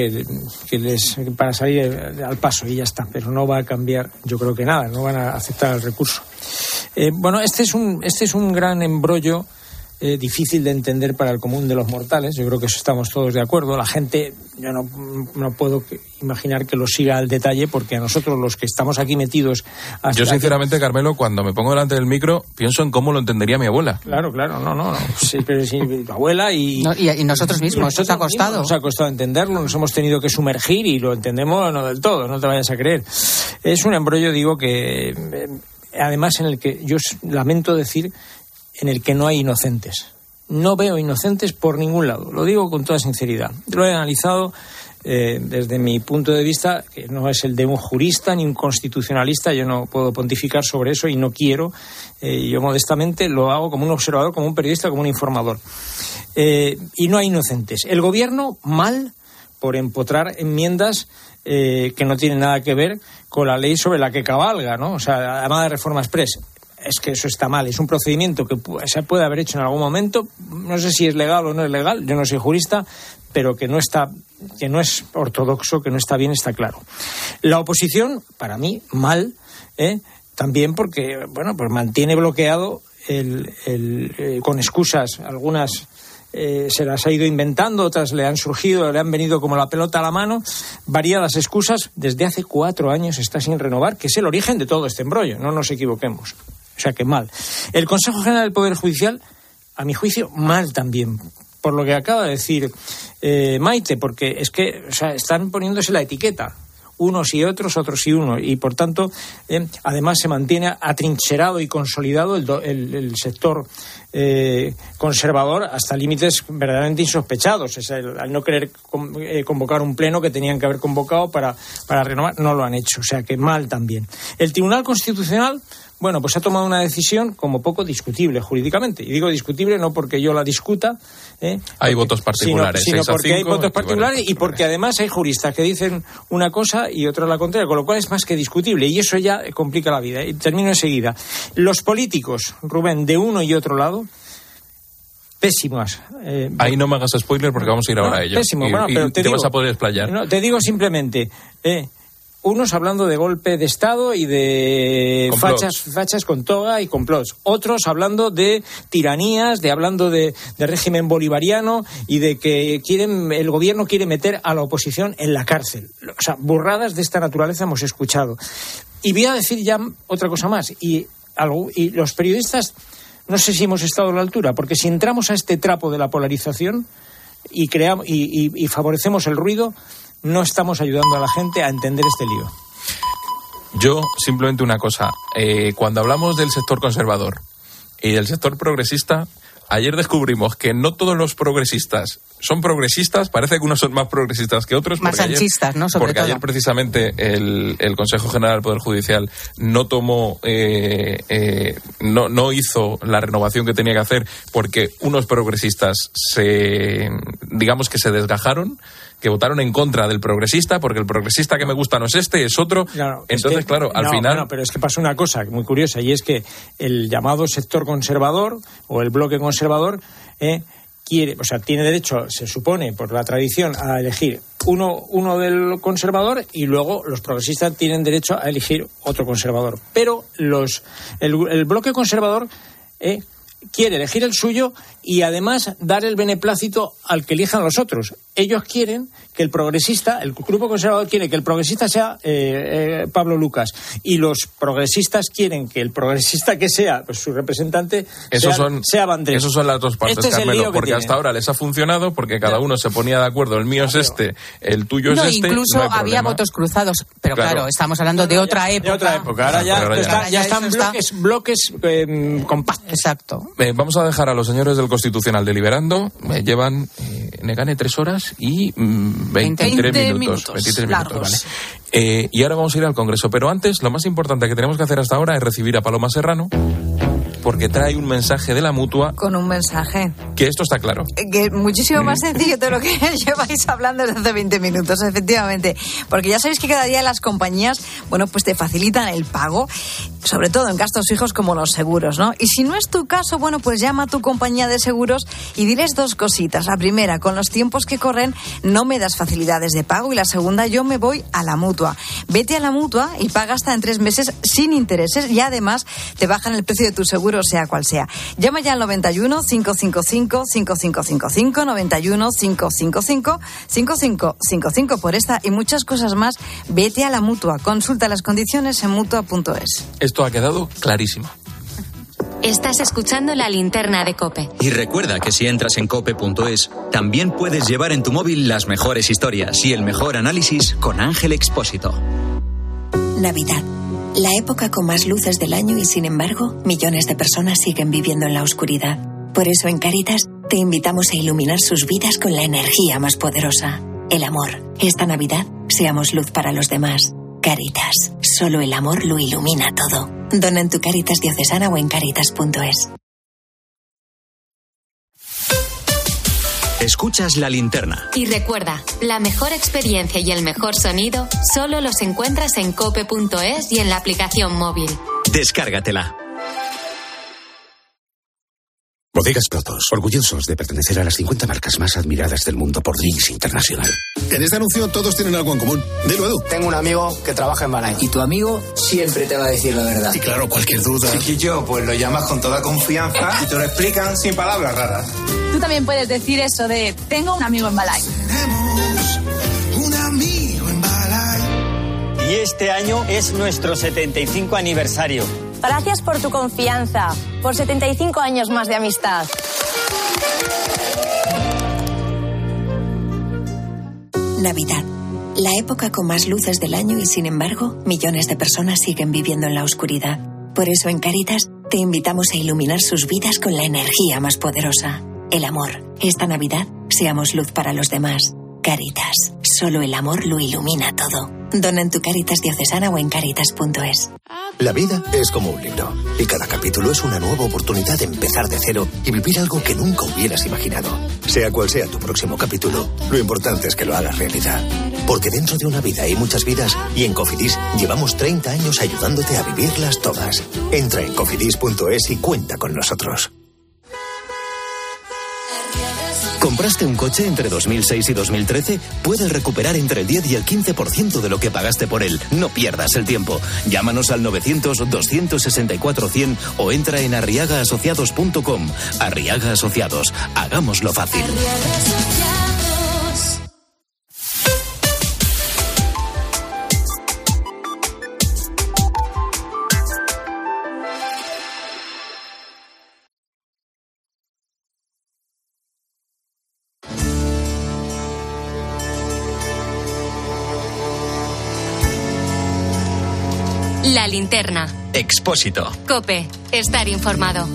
les para salir al paso y ya está, pero no va a cambiar, yo creo que nada, no van a aceptar el recurso. Bueno, este es un gran embrollo difícil de entender para el común de los mortales. Yo creo que eso estamos todos de acuerdo. La gente, yo no puedo imaginar que lo siga al detalle, porque a nosotros los que estamos aquí metidos... Yo sinceramente, Carmelo, cuando me pongo delante del micro, pienso en cómo lo entendería mi abuela. Claro, no. Sí, pero sí, tu abuela y nosotros mismos, nos ha costado. Nos ha costado entenderlo, nos hemos tenido que sumergir y lo entendemos no del todo, no te vayas a creer. Es un embrollo, digo, que además en el que yo lamento decir, en el que no hay inocentes. No veo inocentes por ningún lado. Lo digo con toda sinceridad. Lo he analizado desde mi punto de vista, que no es el de un jurista ni un constitucionalista. Yo no puedo pontificar sobre eso y no quiero. Yo modestamente lo hago como un observador, como un periodista, como un informador. Y no hay inocentes. El gobierno, mal por empotrar enmiendas que no tienen nada que ver con la ley sobre la que cabalga, ¿no? O sea, la llamada reforma express. Es que eso está mal, es un procedimiento que se puede haber hecho en algún momento, no sé si es legal o no es legal, yo no soy jurista, pero que no es ortodoxo, que no está bien, está claro. La oposición, para mí, mal, también porque, bueno, pues mantiene bloqueado con excusas, algunas se las ha ido inventando, otras le han surgido, le han venido como la pelota a la mano, variadas excusas. Desde hace 4 años está sin renovar, que es el origen de todo este embrollo, no nos equivoquemos. O sea que mal. El Consejo General del Poder Judicial, a mi juicio, mal también, por lo que acaba de decir Maite, porque es que, o sea, están poniéndose la etiqueta, unos y otros, otros y unos, y por tanto, además se mantiene atrincherado y consolidado el sector conservador hasta límites verdaderamente insospechados. Es al no querer convocar un pleno que tenían que haber convocado para renovar, no lo han hecho, o sea que mal también. El Tribunal Constitucional, bueno, pues ha tomado una decisión como poco discutible jurídicamente. Y digo discutible no porque yo la discuta. Hay votos particulares. Sino porque hay votos particulares y porque además hay juristas que dicen una cosa y otra la contraria, con lo cual es más que discutible. Y eso ya complica la vida. Y termino enseguida. Los políticos, Rubén, de uno y otro lado, pésimas. Ahí no me hagas spoiler porque vamos a ir ahora a ello. Pésimo, y pero te vas a poder explayar. No, te digo simplemente... Unos hablando de golpe de Estado y de fachas con toga y complots. Otros hablando de tiranías, hablando de régimen bolivariano y de que el gobierno quiere meter a la oposición en la cárcel. O sea, burradas de esta naturaleza hemos escuchado. Y voy a decir ya otra cosa más. Y los periodistas, no sé si hemos estado a la altura, porque si entramos a este trapo de la polarización y favorecemos el ruido, no estamos ayudando a la gente a entender este lío. Yo, simplemente una cosa. Cuando hablamos del sector conservador y del sector progresista, ayer descubrimos que no todos los progresistas son progresistas. Parece que unos son más progresistas que otros. Más sanchistas, ¿no? Sobre porque todo. Ayer, precisamente, el Consejo General del Poder Judicial no tomó, no hizo la renovación que tenía que hacer porque unos progresistas digamos que se desgajaron, que votaron en contra del progresista, porque el progresista que me gusta no es este, es otro. Claro, entonces, claro, al final... No, pero es que pasó una cosa muy curiosa, y es que el llamado sector conservador, o el bloque conservador, tiene derecho, se supone, por la tradición, a elegir uno del conservador, y luego los progresistas tienen derecho a elegir otro conservador. Pero el bloque conservador... quiere elegir el suyo y además dar el beneplácito al que elijan los otros. Ellos quieren que el grupo conservador quiere que el progresista sea Pablo Lucas, y los progresistas quieren que el progresista que sea su representante sea Vandrés. Esos son las dos partes, Carmelo, porque hasta ahora les ha funcionado, porque cada uno se ponía de acuerdo, el mío es este, el tuyo es este. Incluso había votos cruzados, pero claro, estamos hablando de otra época. De otra época, ahora ya están bloques compactos. Exacto. Vamos a dejar a los señores del Constitucional deliberando. Llevan, Negane, 3 horas y 23 minutos. 23 minutos, vale. Y ahora vamos a ir al Congreso. Pero antes, lo más importante que tenemos que hacer hasta ahora es recibir a Paloma Serrano, porque trae un mensaje de la Mutua. Con un mensaje. Que esto está claro. Que muchísimo más sencillo de lo que lleváis hablando desde hace 20 minutos, efectivamente. Porque ya sabéis que cada día las compañías, pues te facilitan el pago, sobre todo en gastos fijos como los seguros, ¿no? Y si no es tu caso, pues llama a tu compañía de seguros y diles 2 cositas. La primera, con los tiempos que corren, no me das facilidades de pago. Y la segunda, yo me voy a la Mutua. Vete a la Mutua y paga hasta en 3 meses sin intereses, y además te bajan el precio de tu seguro, sea cual sea. Llama ya al 91 555 5555, 91 555 5555. Por esta y muchas cosas más, vete a la Mutua. Consulta las condiciones en mutua.es. Esto ha quedado clarísimo. Estás escuchando La Linterna de COPE. Y recuerda que si entras en cope.es, también puedes llevar en tu móvil las mejores historias y el mejor análisis con Ángel Expósito. Navidad. La época con más luces del año, y sin embargo, millones de personas siguen viviendo en la oscuridad. Por eso en Cáritas te invitamos a iluminar sus vidas con la energía más poderosa, el amor. Esta Navidad, seamos luz para los demás. Cáritas. Solo el amor lo ilumina todo. Dona en tu Cáritas diocesana o en cáritas.es. Escuchas La Linterna. Y recuerda, la mejor experiencia y el mejor sonido solo los encuentras en cope.es y en la aplicación móvil. Descárgatela. Bodegas Protos, orgullosos de pertenecer a las 50 marcas más admiradas del mundo por Drinks International. En este anuncio todos tienen algo en común. Dilo, Edu. Tengo un amigo que trabaja en Balay. Y tu amigo siempre te va a decir la verdad. Y claro, cualquier duda. Chiquillo, pues lo llamas con toda confianza y te lo explican sin palabras raras. Tú también puedes decir eso de, tengo un amigo en Balay. Tenemos un amigo en Balay. Y este año es nuestro 75 aniversario. Gracias por tu confianza, por 75 años más de amistad. Navidad. La época con más luces del año, y sin embargo, millones de personas siguen viviendo en la oscuridad. Por eso en Cáritas te invitamos a iluminar sus vidas con la energía más poderosa, el amor. Esta Navidad, seamos luz para los demás. Cáritas. Solo el amor lo ilumina todo. Dona en tu Cáritas diocesana o en cáritas.es. La vida es como un libro, y cada capítulo es una nueva oportunidad de empezar de cero y vivir algo que nunca hubieras imaginado. Sea cual sea tu próximo capítulo, lo importante es que lo hagas realidad. Porque dentro de una vida hay muchas vidas, y en Cofidis llevamos 30 años ayudándote a vivirlas todas. Entra en cofidis.es y cuenta con nosotros. compraste un coche entre 2006 y 2013, puedes recuperar entre el 10 y el 15% de lo que pagaste por él. No pierdas el tiempo. Llámanos al 900-264-100 o entra en arriagaasociados.com. Arriaga Asociados. Hagámoslo fácil. La linterna. Expósito. COPE. Estar informado.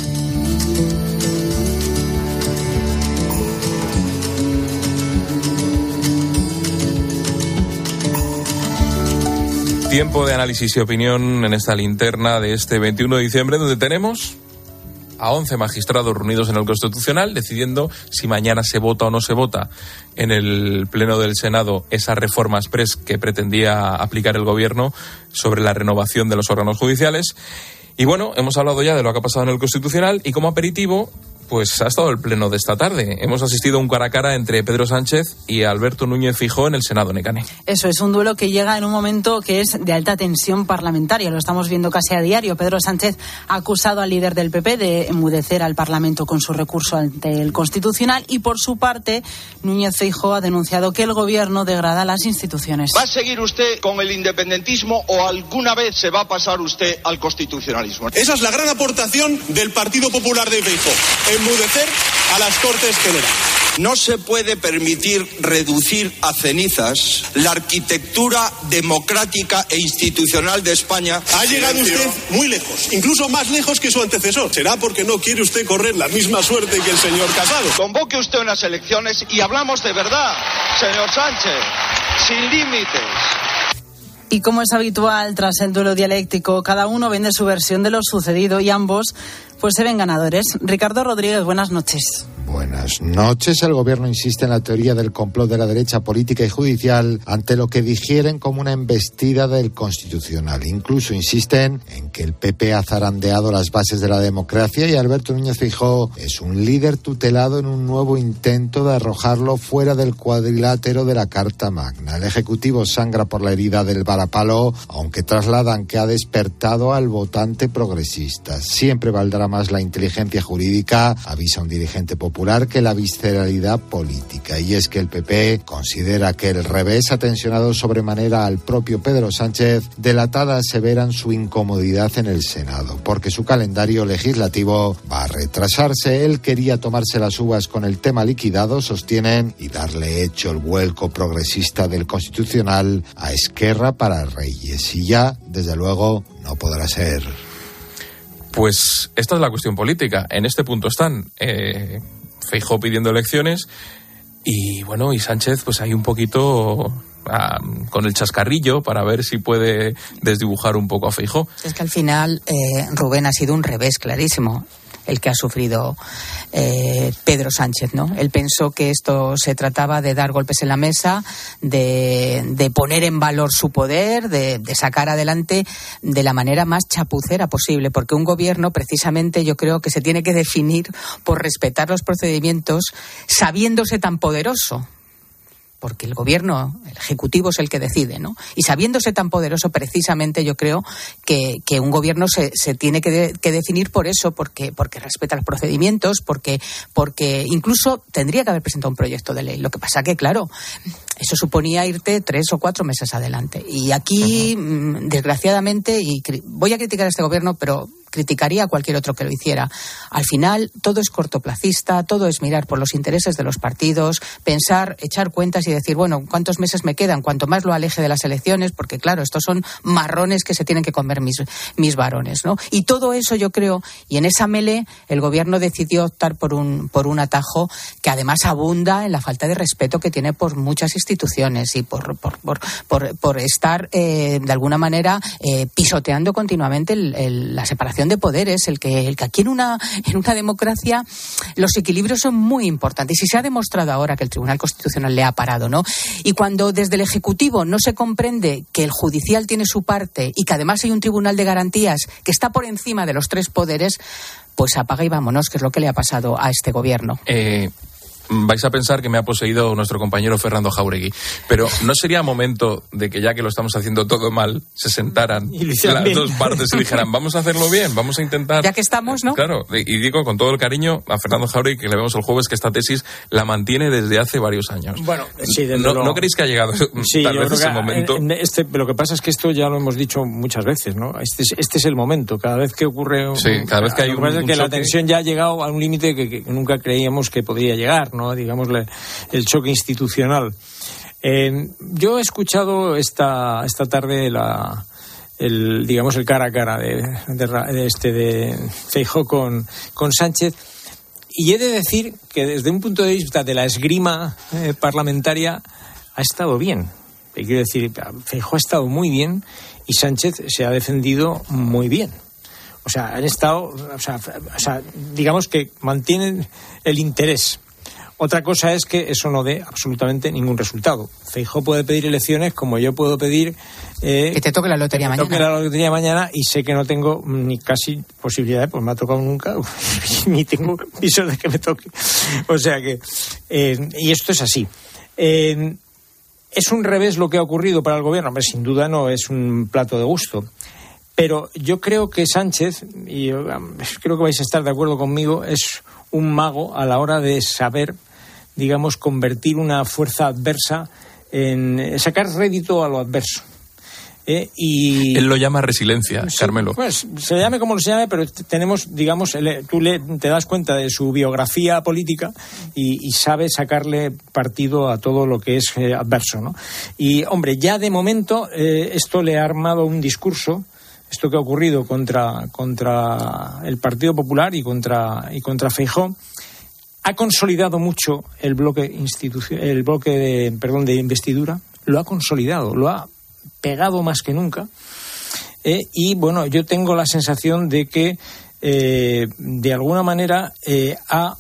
Tiempo de análisis y opinión en esta linterna de este 21 de diciembre, donde tenemos a 11 magistrados reunidos en el Constitucional decidiendo si mañana se vota o no se vota en el Pleno del Senado esa reforma exprés que pretendía aplicar el Gobierno sobre la renovación de los órganos judiciales. Y bueno, hemos hablado ya de lo que ha pasado en el Constitucional y como aperitivo pues ha estado el pleno de esta tarde. Hemos asistido a un cara a cara entre Pedro Sánchez y Alberto Núñez Feijóo en el Senado Necane. Eso es un duelo que llega en un momento que es de alta tensión parlamentaria. Lo estamos viendo casi a diario. Pedro Sánchez ha acusado al líder del PP de enmudecer al Parlamento con su recurso ante el Constitucional y por su parte Núñez Feijóo ha denunciado que el Gobierno degrada las instituciones. ¿Va a seguir usted con el independentismo o alguna vez se va a pasar usted al constitucionalismo? Esa es la gran aportación del Partido Popular de Feijóo. Enmudecer a las Cortes Generales. No se puede permitir reducir a cenizas la arquitectura democrática e institucional de España. Ha llegado usted muy lejos, incluso más lejos que su antecesor. ¿Será porque no quiere usted correr la misma suerte que el señor Casado? Convoque usted unas elecciones y hablamos de verdad, señor Sánchez, sin límites. Y como es habitual, tras el duelo dialéctico, cada uno vende su versión de lo sucedido y ambos pues se ven ganadores. Ricardo Rodríguez, buenas noches. Buenas noches. El Gobierno insiste en la teoría del complot de la derecha política y judicial ante lo que digieren como una embestida del Constitucional. Incluso insisten en que el PP ha zarandeado las bases de la democracia y Alberto Núñez Feijóo es un líder tutelado en un nuevo intento de arrojarlo fuera del cuadrilátero de la Carta Magna. El Ejecutivo sangra por la herida del varapalo, aunque trasladan que ha despertado al votante progresista. Siempre valdrá más la inteligencia jurídica, avisa un dirigente popular, que la visceralidad política. Y es que el PP considera que el revés ha tensionado sobremanera al propio Pedro Sánchez, delatada aseveran su incomodidad en el Senado, porque su calendario legislativo va a retrasarse. Él quería tomarse las uvas con el tema liquidado, sostienen, y darle hecho el vuelco progresista del Constitucional a Esquerra para Reyes. Y ya, desde luego, no podrá ser. Pues esta es la cuestión política. En este punto están Feijóo pidiendo elecciones y bueno, y Sánchez pues ahí un poquito con el chascarrillo para ver si puede desdibujar un poco a Feijóo. Es que al final, Rubén, ha sido un revés clarísimo el que ha sufrido Pedro Sánchez, ¿no? Él pensó que esto se trataba de dar golpes en la mesa, de poner en valor su poder, de sacar adelante de la manera más chapucera posible, porque un gobierno precisamente yo creo que se tiene que definir por respetar los procedimientos sabiéndose tan poderoso. Porque el gobierno, el ejecutivo es el que decide, ¿no? Y sabiéndose tan poderoso, precisamente yo creo que un gobierno se tiene que definir por eso, porque respeta los procedimientos, porque incluso tendría que haber presentado un proyecto de ley. Lo que pasa que, claro, eso suponía irte 3 o 4 meses adelante. Y aquí, desgraciadamente, y voy a criticar a este gobierno, pero criticaría a cualquier otro que lo hiciera. Al final, todo es cortoplacista, todo es mirar por los intereses de los partidos, pensar, echar cuentas y decir, bueno, ¿cuántos meses me quedan? Cuanto más lo aleje de las elecciones, porque claro, estos son marrones que se tienen que comer mis varones, ¿no? Y todo eso yo creo, y en esa melee, el gobierno decidió optar por un atajo que además abunda en la falta de respeto que tiene por muchas instituciones y por estar, de alguna manera, pisoteando continuamente la separación de poderes, el que aquí en una democracia los equilibrios son muy importantes y se ha demostrado ahora que el Tribunal Constitucional le ha parado, ¿no? Y cuando desde el Ejecutivo no se comprende que el judicial tiene su parte y que además hay un tribunal de garantías que está por encima de los 3 poderes, pues apaga y vámonos, que es lo que le ha pasado a este gobierno. vais a pensar que me ha poseído nuestro compañero Fernando Jáuregui, pero ¿no sería momento de que, ya que lo estamos haciendo todo mal, se sentaran las dos partes y dijeran, vamos a hacerlo bien, vamos a intentar... Ya que estamos, ¿no? Claro, y digo con todo el cariño a Fernando Jáuregui, que le vemos el jueves, que esta tesis la mantiene desde hace varios años. Bueno, sí, ¿No creéis que ha llegado tal vez ese momento? Lo que pasa es que esto ya lo hemos dicho muchas veces, ¿no? Este es el momento. Cada vez que ocurre... Sí, cada vez que hay un la tensión ya ha llegado a un límite que nunca creíamos que podría llegar, ¿no? Digamos, el choque institucional. Yo he escuchado esta tarde el cara a cara de Feijóo con Sánchez, y he de decir que desde un punto de vista de la esgrima parlamentaria ha estado bien. Quiero decir, Feijóo ha estado muy bien y Sánchez se ha defendido muy bien. O sea, han estado, digamos que mantienen el interés. Otra cosa es que eso no dé absolutamente ningún resultado. Feijóo puede pedir elecciones como yo puedo pedir... que te toque la lotería mañana. Que la lotería mañana, y sé que no tengo ni casi posibilidad, pues me ha tocado nunca, ni tengo visos de que me toque. O sea que... y esto es así. ¿Es un revés lo que ha ocurrido para el gobierno? Hombre, sin duda no es un plato de gusto. Pero yo creo que Sánchez, y creo que vais a estar de acuerdo conmigo, es un mago a la hora de saber, digamos, convertir una fuerza adversa en sacar rédito a lo adverso. Y él lo llama resiliencia, sí, Carmelo. Pues se llame como se llame, pero tenemos, digamos, te das cuenta de su biografía política y sabe sacarle partido a todo lo que es adverso, ¿no? Y, hombre, ya de momento esto le ha armado un discurso. Esto que ha ocurrido contra el Partido Popular y contra Feijóo ha consolidado mucho el bloque de investidura. Lo ha consolidado, lo ha pegado más que nunca. Y bueno, yo tengo la sensación de que de alguna manera ha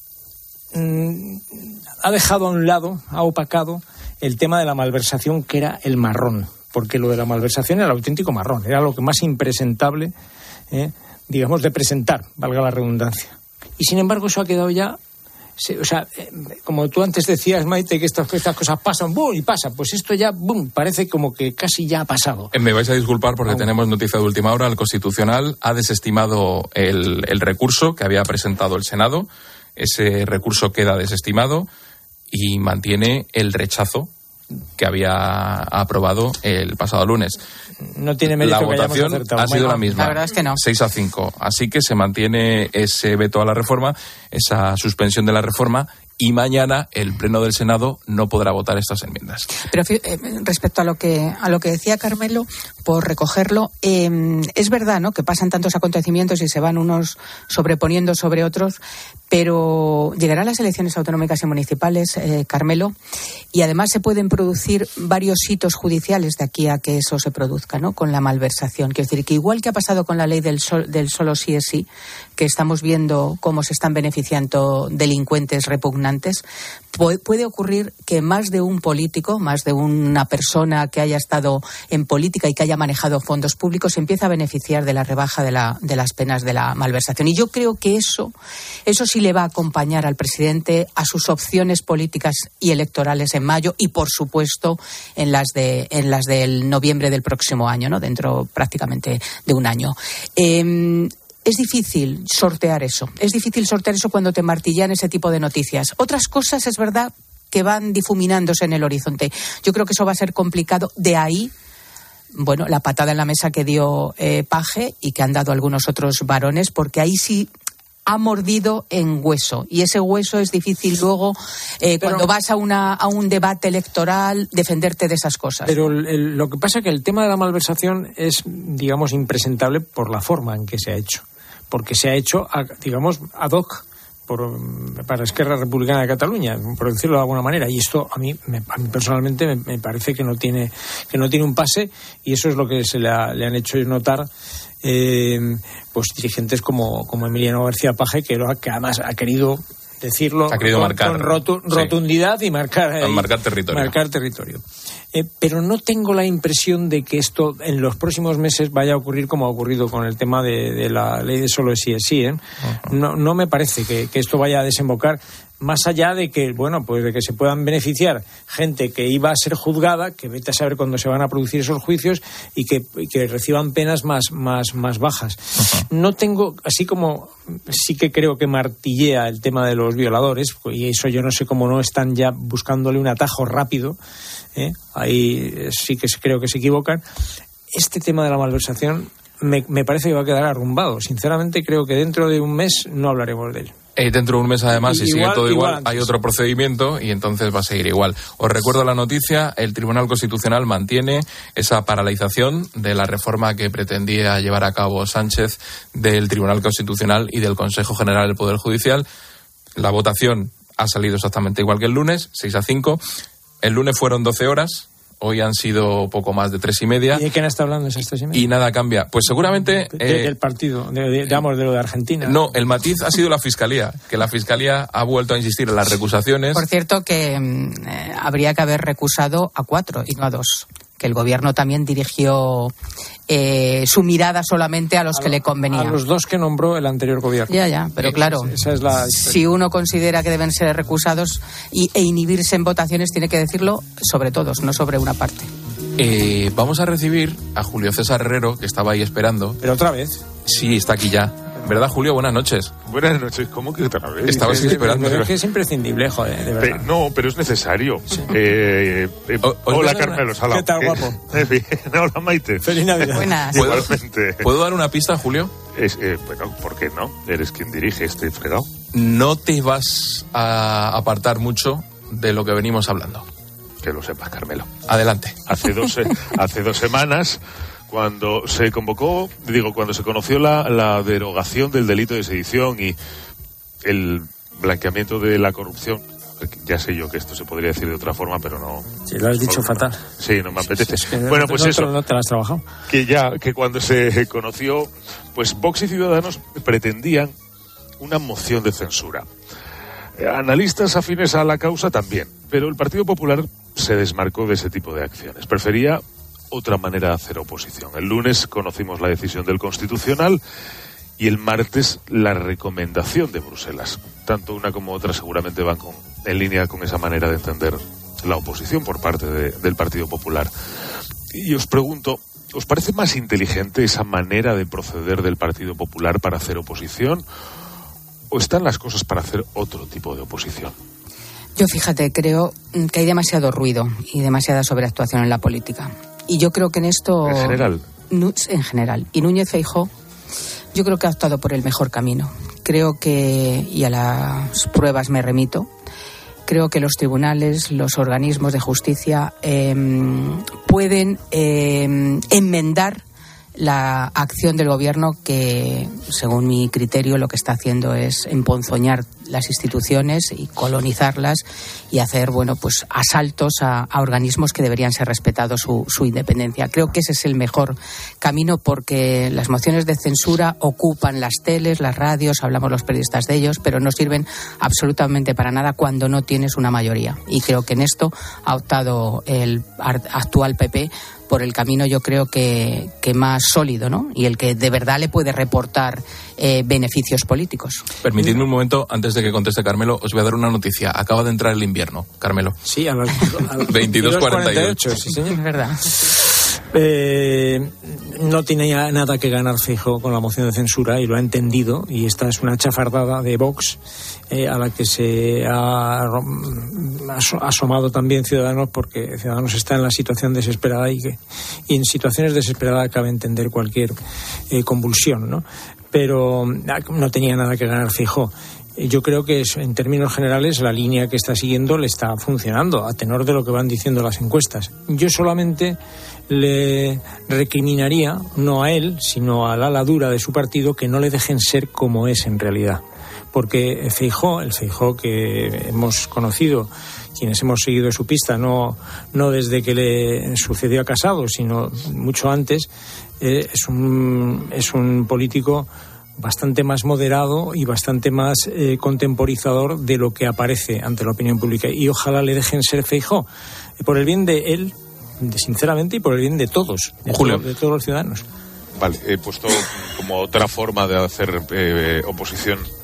dejado a un lado, ha opacado el tema de la malversación, que era el marrón. Porque lo de la malversación era el auténtico marrón, era lo que más impresentable, digamos, de presentar, valga la redundancia. Y sin embargo eso ha quedado ya, como tú antes decías, Maite, que estas cosas pasan, ¡bum!, y pasa. Pues esto ya, ¡bum!, parece como que casi ya ha pasado. Me vais a disculpar porque tenemos noticia de última hora. El Constitucional ha desestimado el recurso que había presentado el Senado. Ese recurso queda desestimado y mantiene el rechazo que había aprobado el pasado lunes. No tiene mérito. La votación ha sido la misma. La verdad es que no. 6-5. Así que se mantiene ese veto a la reforma, esa suspensión de la reforma, y mañana el Pleno del Senado no podrá votar estas enmiendas. Pero respecto a lo que decía Carmelo, por recogerlo, es verdad, ¿no?, que pasan tantos acontecimientos y se van unos sobreponiendo sobre otros, pero llegarán las elecciones autonómicas y municipales, Carmelo, y además se pueden producir varios hitos judiciales de aquí a que eso se produzca, ¿no?, con la malversación. Quiero decir que igual que ha pasado con la ley del solo sí es sí, que estamos viendo cómo se están beneficiando delincuentes repugnantes, puede ocurrir que más de un político, más de una persona que haya estado en política y que haya manejado fondos públicos, se empieza a beneficiar de la rebaja de las penas de la malversación. Y yo creo que eso sí le va a acompañar al presidente a sus opciones políticas y electorales en mayo y, por supuesto, en las del noviembre del próximo año, ¿no?, dentro prácticamente de un año. Es difícil sortear eso. Es difícil sortear eso cuando te martillan ese tipo de noticias. Otras cosas es verdad que van difuminándose en el horizonte. Yo creo que eso va a ser complicado. De ahí, bueno, la patada en la mesa que dio Paje y que han dado algunos otros varones, porque ahí sí ha mordido en hueso. Y ese hueso es difícil luego, cuando vas a un debate electoral, defenderte de esas cosas. Pero lo que pasa es que el tema de la malversación es, digamos, impresentable por la forma en que se ha hecho. Porque se ha hecho, digamos, ad hoc para Esquerra Republicana de Cataluña, por decirlo de alguna manera, y esto a mí personalmente me parece que no tiene un pase, y eso es lo que le han hecho notar pues dirigentes como Emiliano García Paje, que además ha querido decirlo con rotundidad y marcar territorio. Pero no tengo la impresión de que esto en los próximos meses vaya a ocurrir como ha ocurrido con el tema de la ley de solo sí es sí. No me parece que esto vaya a desembocar más allá de que, bueno, pues de que se puedan beneficiar gente que iba a ser juzgada, que vete a saber cuándo se van a producir esos juicios y que reciban penas más bajas. Uh-huh. No tengo, así como sí que creo que martillea el tema de los violadores, y eso yo no sé cómo no están ya buscándole un atajo rápido, ahí sí que creo que se equivocan. Este tema de la malversación me parece que va a quedar arrumbado. Sinceramente creo que dentro de un mes no hablaremos de él. Dentro de un mes, además, si sigue todo igual, hay otro procedimiento y entonces va a seguir igual. Os recuerdo la noticia: el Tribunal Constitucional mantiene esa paralización de la reforma que pretendía llevar a cabo Sánchez del Tribunal Constitucional y del Consejo General del Poder Judicial. La votación ha salido exactamente igual que el lunes, 6-5. El lunes fueron 12 horas. Hoy han sido poco más de 3:30. ¿Y de quién está hablando esas 3:30? Y nada cambia. Pues seguramente... del partido, digamos, de lo de Argentina. No, el matiz ha sido la Fiscalía, que la Fiscalía ha vuelto a insistir en las recusaciones. Por cierto, que habría que haber recusado a 4 y no a 2. Que el gobierno también dirigió su mirada solamente a los que le convenía. A los 2 que nombró el anterior gobierno. Ya, pero claro, esa es la si uno considera que deben ser recusados e inhibirse en votaciones, tiene que decirlo sobre todos, no sobre una parte. Vamos a recibir a Julio César Herrero, que estaba ahí esperando. ¿Pero otra vez? Sí, está aquí ya. ¿Verdad, Julio? Buenas noches. Buenas noches. ¿Cómo que otra vez? Estabas esperando. Pero es que es imprescindible, joder, de verdad. No, pero es necesario. Sí. Hola, Carmelo. ¿Qué tal, guapo? Hola, Maite. Feliz Navidad. Buenas. ¿Puedo dar una pista, Julio? Bueno, ¿por qué no? Eres quien dirige este fregado. No te vas a apartar mucho de lo que venimos hablando. Que lo sepas, Carmelo. Adelante. Hace 2 semanas... Cuando se conoció la derogación del delito de sedición y el blanqueamiento de la corrupción, ya sé yo que esto se podría decir de otra forma, pero no... Sí, lo has dicho fatal. Sí, no me apetece. Es que bueno, pues eso. No te lo has trabajado. Que cuando se conoció, pues Vox y Ciudadanos pretendían una moción de censura. Analistas afines a la causa también, pero el Partido Popular se desmarcó de ese tipo de acciones. Prefería otra manera de hacer oposición. El lunes conocimos la decisión del Constitucional y el martes la recomendación de Bruselas. Tanto una como otra seguramente van en línea con esa manera de entender la oposición por parte del Partido Popular. Y os pregunto, ¿os parece más inteligente esa manera de proceder del Partido Popular para hacer oposición o están las cosas para hacer otro tipo de oposición? Yo, fíjate, creo que hay demasiado ruido y demasiada sobreactuación en la política. Y yo creo que en esto... ¿En general? En general. Y Núñez Feijóo, yo creo que ha optado por el mejor camino. Creo que, y a las pruebas me remito, creo que los tribunales, los organismos de justicia pueden enmendar la acción del gobierno que, según mi criterio, lo que está haciendo es emponzoñar las instituciones y colonizarlas y hacer, bueno, pues asaltos a organismos que deberían ser respetados su independencia. Creo que ese es el mejor camino porque las mociones de censura ocupan las teles, las radios, hablamos los periodistas de ellos, pero no sirven absolutamente para nada cuando no tienes una mayoría. Y creo que en esto ha optado el actual PP por el camino, yo creo que más sólido, ¿no? Y el que de verdad le puede reportar beneficios políticos. Permitidme un momento, antes de que conteste Carmelo, os voy a dar una noticia. Acaba de entrar el invierno, Carmelo. Sí, a las 22:48. Sí, señor. Es verdad. No tenía nada que ganar Feijóo con la moción de censura y lo ha entendido, y esta es una chafardada de Vox a la que se ha asomado también Ciudadanos, porque Ciudadanos está en la situación desesperada y en situaciones desesperadas cabe entender cualquier convulsión, ¿no? Pero no tenía nada que ganar Feijóo. Yo creo que en términos generales la línea que está siguiendo le está funcionando, a tenor de lo que van diciendo las encuestas. Yo solamente le recriminaría, no a él, sino a la ala dura de su partido, que no le dejen ser como es en realidad. Porque Feijóo, el Feijóo que hemos conocido, quienes hemos seguido su pista, no desde que le sucedió a Casado, sino mucho antes, es un político bastante más moderado y bastante más contemporizador de lo que aparece ante la opinión pública. Y ojalá le dejen ser Feijóo, por el bien de él, sinceramente, y por el bien de todos, de todos los ciudadanos. Vale, he puesto como otra forma de hacer oposición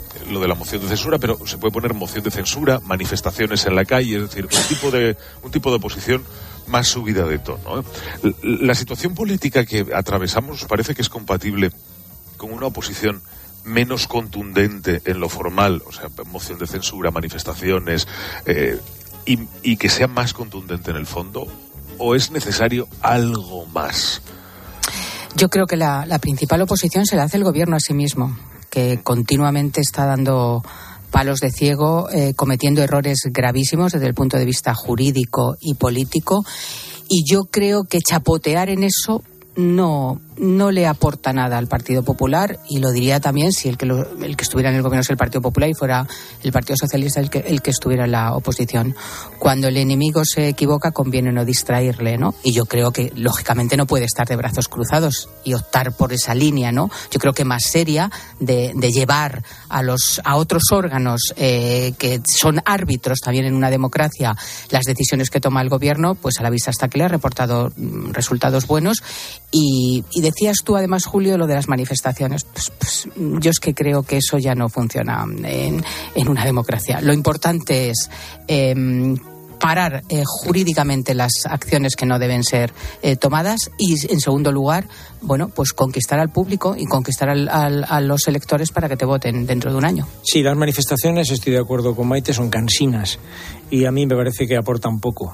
lo de la moción de censura, pero se puede poner moción de censura, manifestaciones en la calle, es decir, un tipo de oposición más subida de tono. La situación política que atravesamos parece que es compatible con una oposición menos contundente en lo formal, o sea, moción de censura, manifestaciones, y que sea más contundente en el fondo, ¿o es necesario algo más? Yo creo que la principal oposición se la hace el gobierno a sí mismo, que continuamente está dando palos de ciego, cometiendo errores gravísimos desde el punto de vista jurídico y político, y yo creo que chapotear en eso no le aporta nada al Partido Popular, y lo diría también si el que estuviera en el gobierno es el Partido Popular y fuera el Partido Socialista el que estuviera en la oposición. Cuando el enemigo se equivoca conviene no distraerle, ¿no? Y yo creo que lógicamente no puede estar de brazos cruzados y optar por esa línea, ¿no? Yo creo que más seria de llevar a otros órganos que son árbitros también en una democracia las decisiones que toma el gobierno, pues a la vista está que le ha reportado resultados buenos. Y decías tú además, Julio, lo de las manifestaciones. Pues yo es que creo que eso ya no funciona en una democracia. Lo importante es parar jurídicamente las acciones que no deben ser tomadas y, en segundo lugar, bueno, pues conquistar al público y conquistar a los electores para que te voten dentro de un año. Sí, las manifestaciones, estoy de acuerdo con Maite, son cansinas y a mí me parece que aportan poco,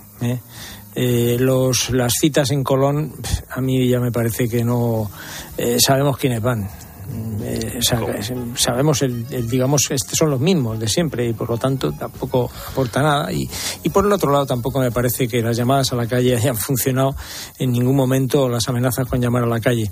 las citas en Colón, a mí ya me parece que no sabemos quiénes van. Sabemos digamos, son los mismos de siempre y por lo tanto tampoco aporta nada, y por el otro lado tampoco me parece que las llamadas a la calle hayan funcionado en ningún momento, las amenazas con llamar a la calle.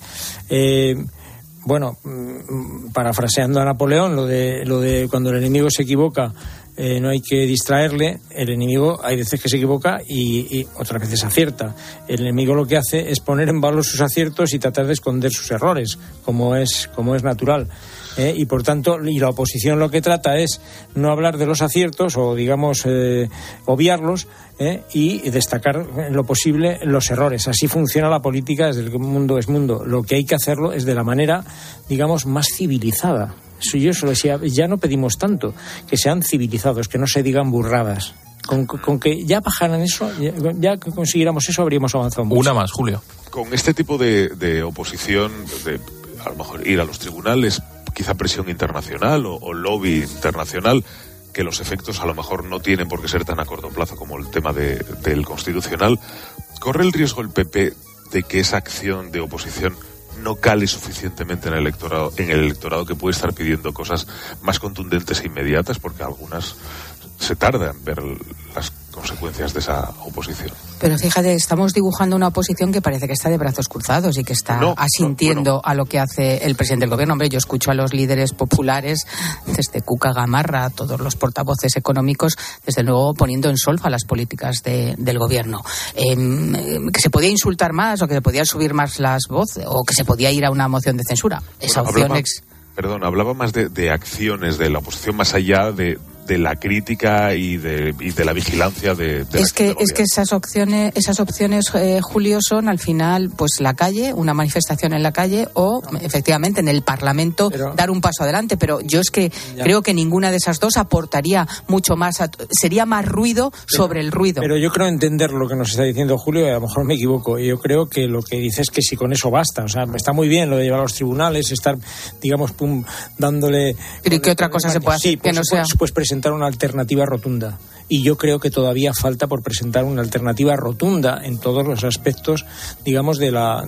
Bueno, parafraseando a Napoleón, lo de cuando el enemigo se equivoca, no hay que distraerle. El enemigo hay veces que se equivoca y otras veces acierta. El enemigo lo que hace es poner en valor sus aciertos y tratar de esconder sus errores, como es natural. Y por tanto, y la oposición lo que trata es no hablar de los aciertos o, digamos, obviarlos, y destacar en lo posible los errores. Así funciona la política desde el que mundo es mundo. Lo que hay que hacerlo es de la manera, digamos, más civilizada. Yo solo decía, ya no pedimos tanto, que sean civilizados, que no se digan burradas. Con que ya bajaran eso, ya que consiguiéramos eso, habríamos avanzado mucho. Una más, Julio. Con este tipo de oposición, de a lo mejor ir a los tribunales, quizá presión internacional o lobby internacional, que los efectos a lo mejor no tienen por qué ser tan a corto plazo como el tema del Constitucional, ¿corre el riesgo el PP de que esa acción de oposición no cale suficientemente en el electorado que puede estar pidiendo cosas más contundentes e inmediatas, porque algunas se tardan en ver las consecuencias de esa oposición? Pero fíjate, estamos dibujando una oposición que parece que está de brazos cruzados y que está asintiendo a lo que hace el presidente del gobierno. Hombre, yo escucho a los líderes populares, desde Cuca Gamarra, todos los portavoces económicos, desde luego poniendo en solfa las políticas del gobierno. Que se podía insultar más o que se podía subir más las voces o que se podía ir a una moción de censura. Esa opción hablaba más de acciones de la oposición más allá de la crítica y de la vigilancia de es que esas opciones, Julio, son al final pues la calle, una manifestación en la calle o efectivamente en el Parlamento dar un paso adelante, pero yo es que creo que ninguna de esas dos aportaría mucho más, sería más ruido sobre el ruido. Pero yo creo entender lo que nos está diciendo Julio, y a lo mejor me equivoco. Yo creo que lo que dice es que si con eso basta, o sea, está muy bien lo de llevar a los tribunales, estar, digamos, dándole... ¿Y qué otra cosa se puede hacer que no sea? Pues presentar una alternativa rotunda, y yo creo que todavía falta por presentar una alternativa rotunda en todos los aspectos, digamos, de la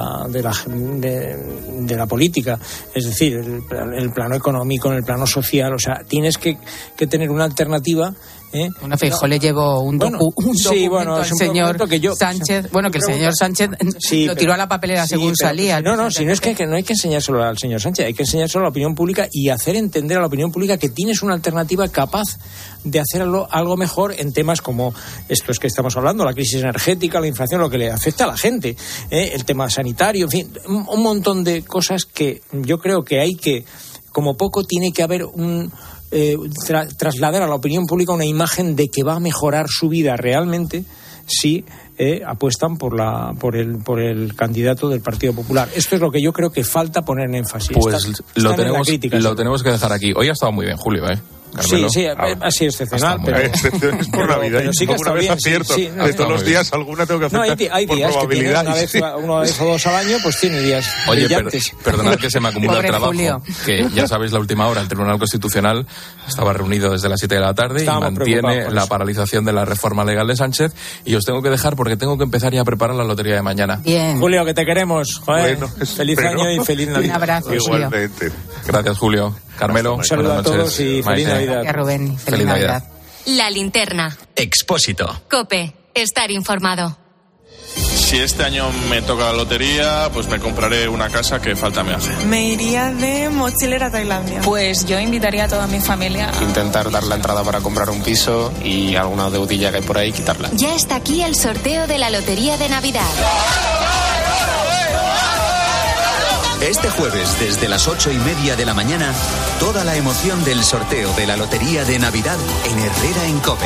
política, es decir, el plano económico, en el plano social, o sea, tienes que tener una alternativa. Bueno, Feijóo le llevó un documento al señor Sánchez. Bueno, que el señor Sánchez lo tiró a la papelera según salía. Si no es que no hay que enseñárselo al señor Sánchez, hay que enseñárselo a la opinión pública y hacer entender a la opinión pública que tienes una alternativa capaz de hacerlo algo mejor en temas como estos que estamos hablando, la crisis energética, la inflación, lo que le afecta a la gente, el tema sanitario, en fin, un montón de cosas que yo creo que hay que, como poco, tiene que haber trasladar a la opinión pública una imagen de que va a mejorar su vida realmente, si apuestan por el candidato del Partido Popular. Esto es lo que yo creo que falta poner en énfasis. Pues lo tenemos que dejar aquí. Hoy ha estado muy bien, Julio, Carmelo. Sí, ha sido excepcional. Es por Navidad. Pero sí que alguna vez acierto. De todos los días alguna tengo que acertar. Hay por días probabilidad. que tiene una vez o dos al año, pues tiene días brillantes. Perdonad que se me acumula el trabajo. Julio. Que ya sabéis, la última hora el Tribunal Constitucional estaba reunido desde las 7 de la tarde y mantiene la paralización de la reforma legal de Sánchez. Y os tengo que dejar porque tengo que empezar ya a preparar la lotería de mañana. Bien. Julio, que te queremos. Joder. Bueno, feliz año y feliz Navidad. Un abrazo, Julio. Igualmente. Gracias, Julio. Carmelo, un saludo a todos y feliz Navidad. Gracias, Rubén. Feliz Navidad. La linterna. Expósito. COPE. Estar informado. Si este año me toca la lotería, pues me compraré una casa que falta me hace. Me iría de mochilera a Tailandia. Pues yo invitaría a toda mi familia a... Intentar dar la entrada para comprar un piso y alguna deudilla que hay por ahí quitarla. Ya está aquí el sorteo de la lotería de Navidad. Este jueves, desde las 8:30 de la mañana, toda la emoción del sorteo de la Lotería de Navidad en Herrera en COPE.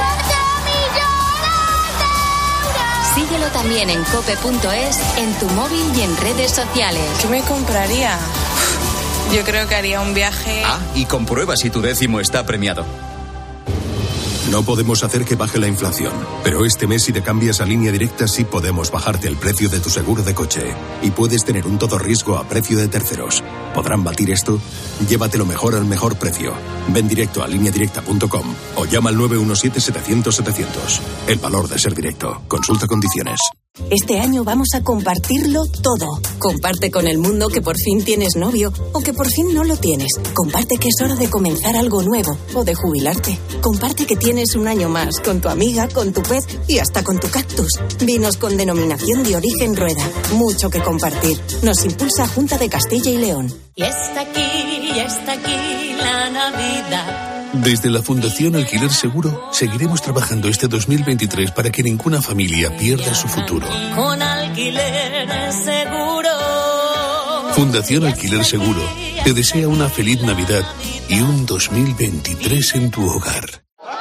Síguelo también en cope.es, en tu móvil y en redes sociales. ¿Qué me compraría? Yo creo que haría un viaje... Y comprueba si tu décimo está premiado. No podemos hacer que baje la inflación, pero este mes si te cambias a Línea Directa sí podemos bajarte el precio de tu seguro de coche y puedes tener un todo riesgo a precio de terceros. ¿Podrán batir esto? Llévatelo mejor al mejor precio. Ven directo a lineadirecta.com o llama al 917-700-700. El valor de ser directo. Consulta condiciones. Este año vamos a compartirlo todo. Comparte con el mundo que por fin tienes novio o que por fin no lo tienes. Comparte que es hora de comenzar algo nuevo o de jubilarte. Comparte que tienes un año más con tu amiga, con tu pez y hasta con tu cactus. Vinos con denominación de origen Rueda. Mucho que compartir. Nos impulsa Junta de Castilla y León. Y está aquí la Navidad. Desde la Fundación Alquiler Seguro seguiremos trabajando este 2023 para que ninguna familia pierda su futuro. Con Alquiler Seguro. Fundación Alquiler Seguro te desea una feliz Navidad y un 2023 en tu hogar.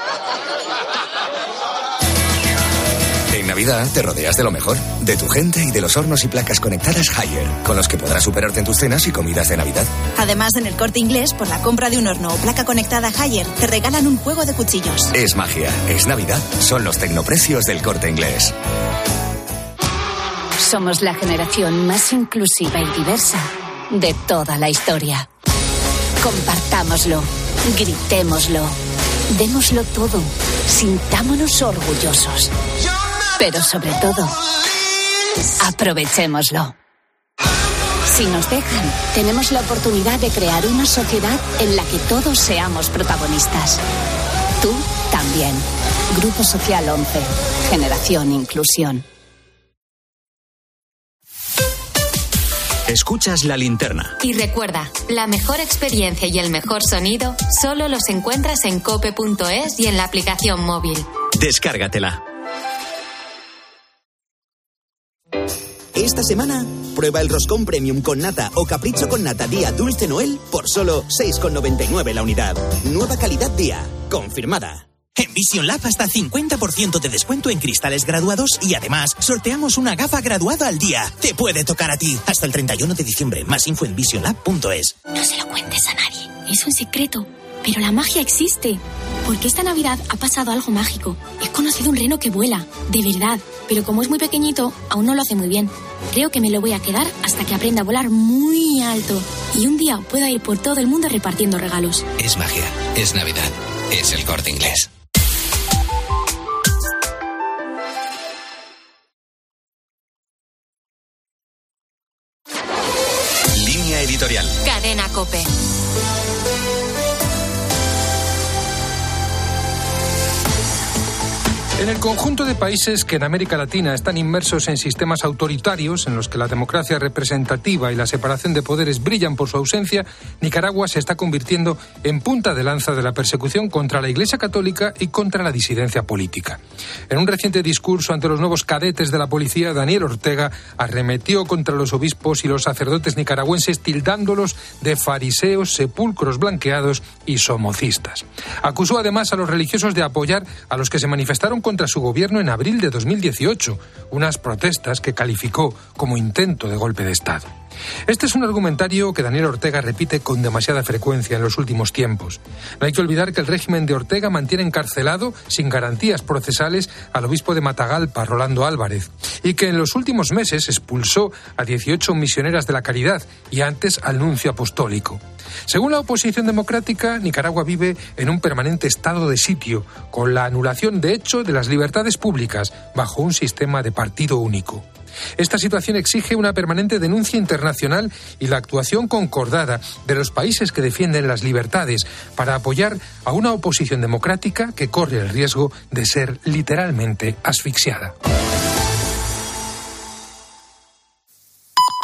En Navidad te rodeas de lo mejor, de tu gente y de los hornos y placas conectadas Haier, con los que podrás superarte en tus cenas y comidas de Navidad. Además, en el Corte Inglés, por la compra de un horno o placa conectada Haier, te regalan un juego de cuchillos. Es magia, es Navidad, son los tecnoprecios del Corte Inglés. Somos la generación más inclusiva y diversa de toda la historia. Compartámoslo, gritémoslo, démoslo todo, sintámonos orgullosos. Pero sobre todo, aprovechémoslo. Si nos dejan, tenemos la oportunidad de crear una sociedad en la que todos seamos protagonistas. Tú también. Grupo Social 11. Generación Inclusión. Escuchas La Linterna. Y recuerda, la mejor experiencia y el mejor sonido solo los encuentras en cope.es y en la aplicación móvil. Descárgatela. Esta semana, prueba el roscón premium con nata o capricho con nata día Dulce Noel por solo 6,99 la unidad. Nueva calidad día, confirmada. En Vision Lab hasta 50% de descuento en cristales graduados y además sorteamos una gafa graduada al día. Te puede tocar a ti. Hasta el 31 de diciembre. Más info en visionlab.es. No se lo cuentes a nadie. Es un secreto. Pero la magia existe. Porque esta Navidad ha pasado algo mágico. He conocido un reno que vuela. De verdad. Pero como es muy pequeñito, aún no lo hace muy bien. Creo que me lo voy a quedar hasta que aprenda a volar muy alto. Y un día pueda ir por todo el mundo repartiendo regalos. Es magia. Es Navidad. Es el Corte Inglés. Línea editorial. Cadena COPE. En el conjunto de países que en América Latina están inmersos en sistemas autoritarios, en los que la democracia representativa y la separación de poderes brillan por su ausencia, Nicaragua se está convirtiendo en punta de lanza de la persecución contra la Iglesia Católica y contra la disidencia política. En un reciente discurso ante los nuevos cadetes de la policía, Daniel Ortega arremetió contra los obispos y los sacerdotes nicaragüenses, tildándolos de fariseos, sepulcros blanqueados y somocistas. Acusó además a los religiosos de apoyar a los que se manifestaron contra contra su gobierno en abril de 2018, unas protestas que calificó como intento de golpe de Estado. Este es un argumentario que Daniel Ortega repite con demasiada frecuencia en los últimos tiempos. No hay que olvidar que el régimen de Ortega mantiene encarcelado, sin garantías procesales, al obispo de Matagalpa, Rolando Álvarez, y que en los últimos meses expulsó a 18 misioneras de la caridad y antes al nuncio apostólico. Según la oposición democrática, Nicaragua vive en un permanente estado de sitio, con la anulación de hecho de las libertades públicas bajo un sistema de partido único. Esta situación exige una permanente denuncia internacional y la actuación concordada de los países que defienden las libertades para apoyar a una oposición democrática que corre el riesgo de ser literalmente asfixiada.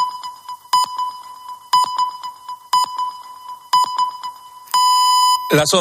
Las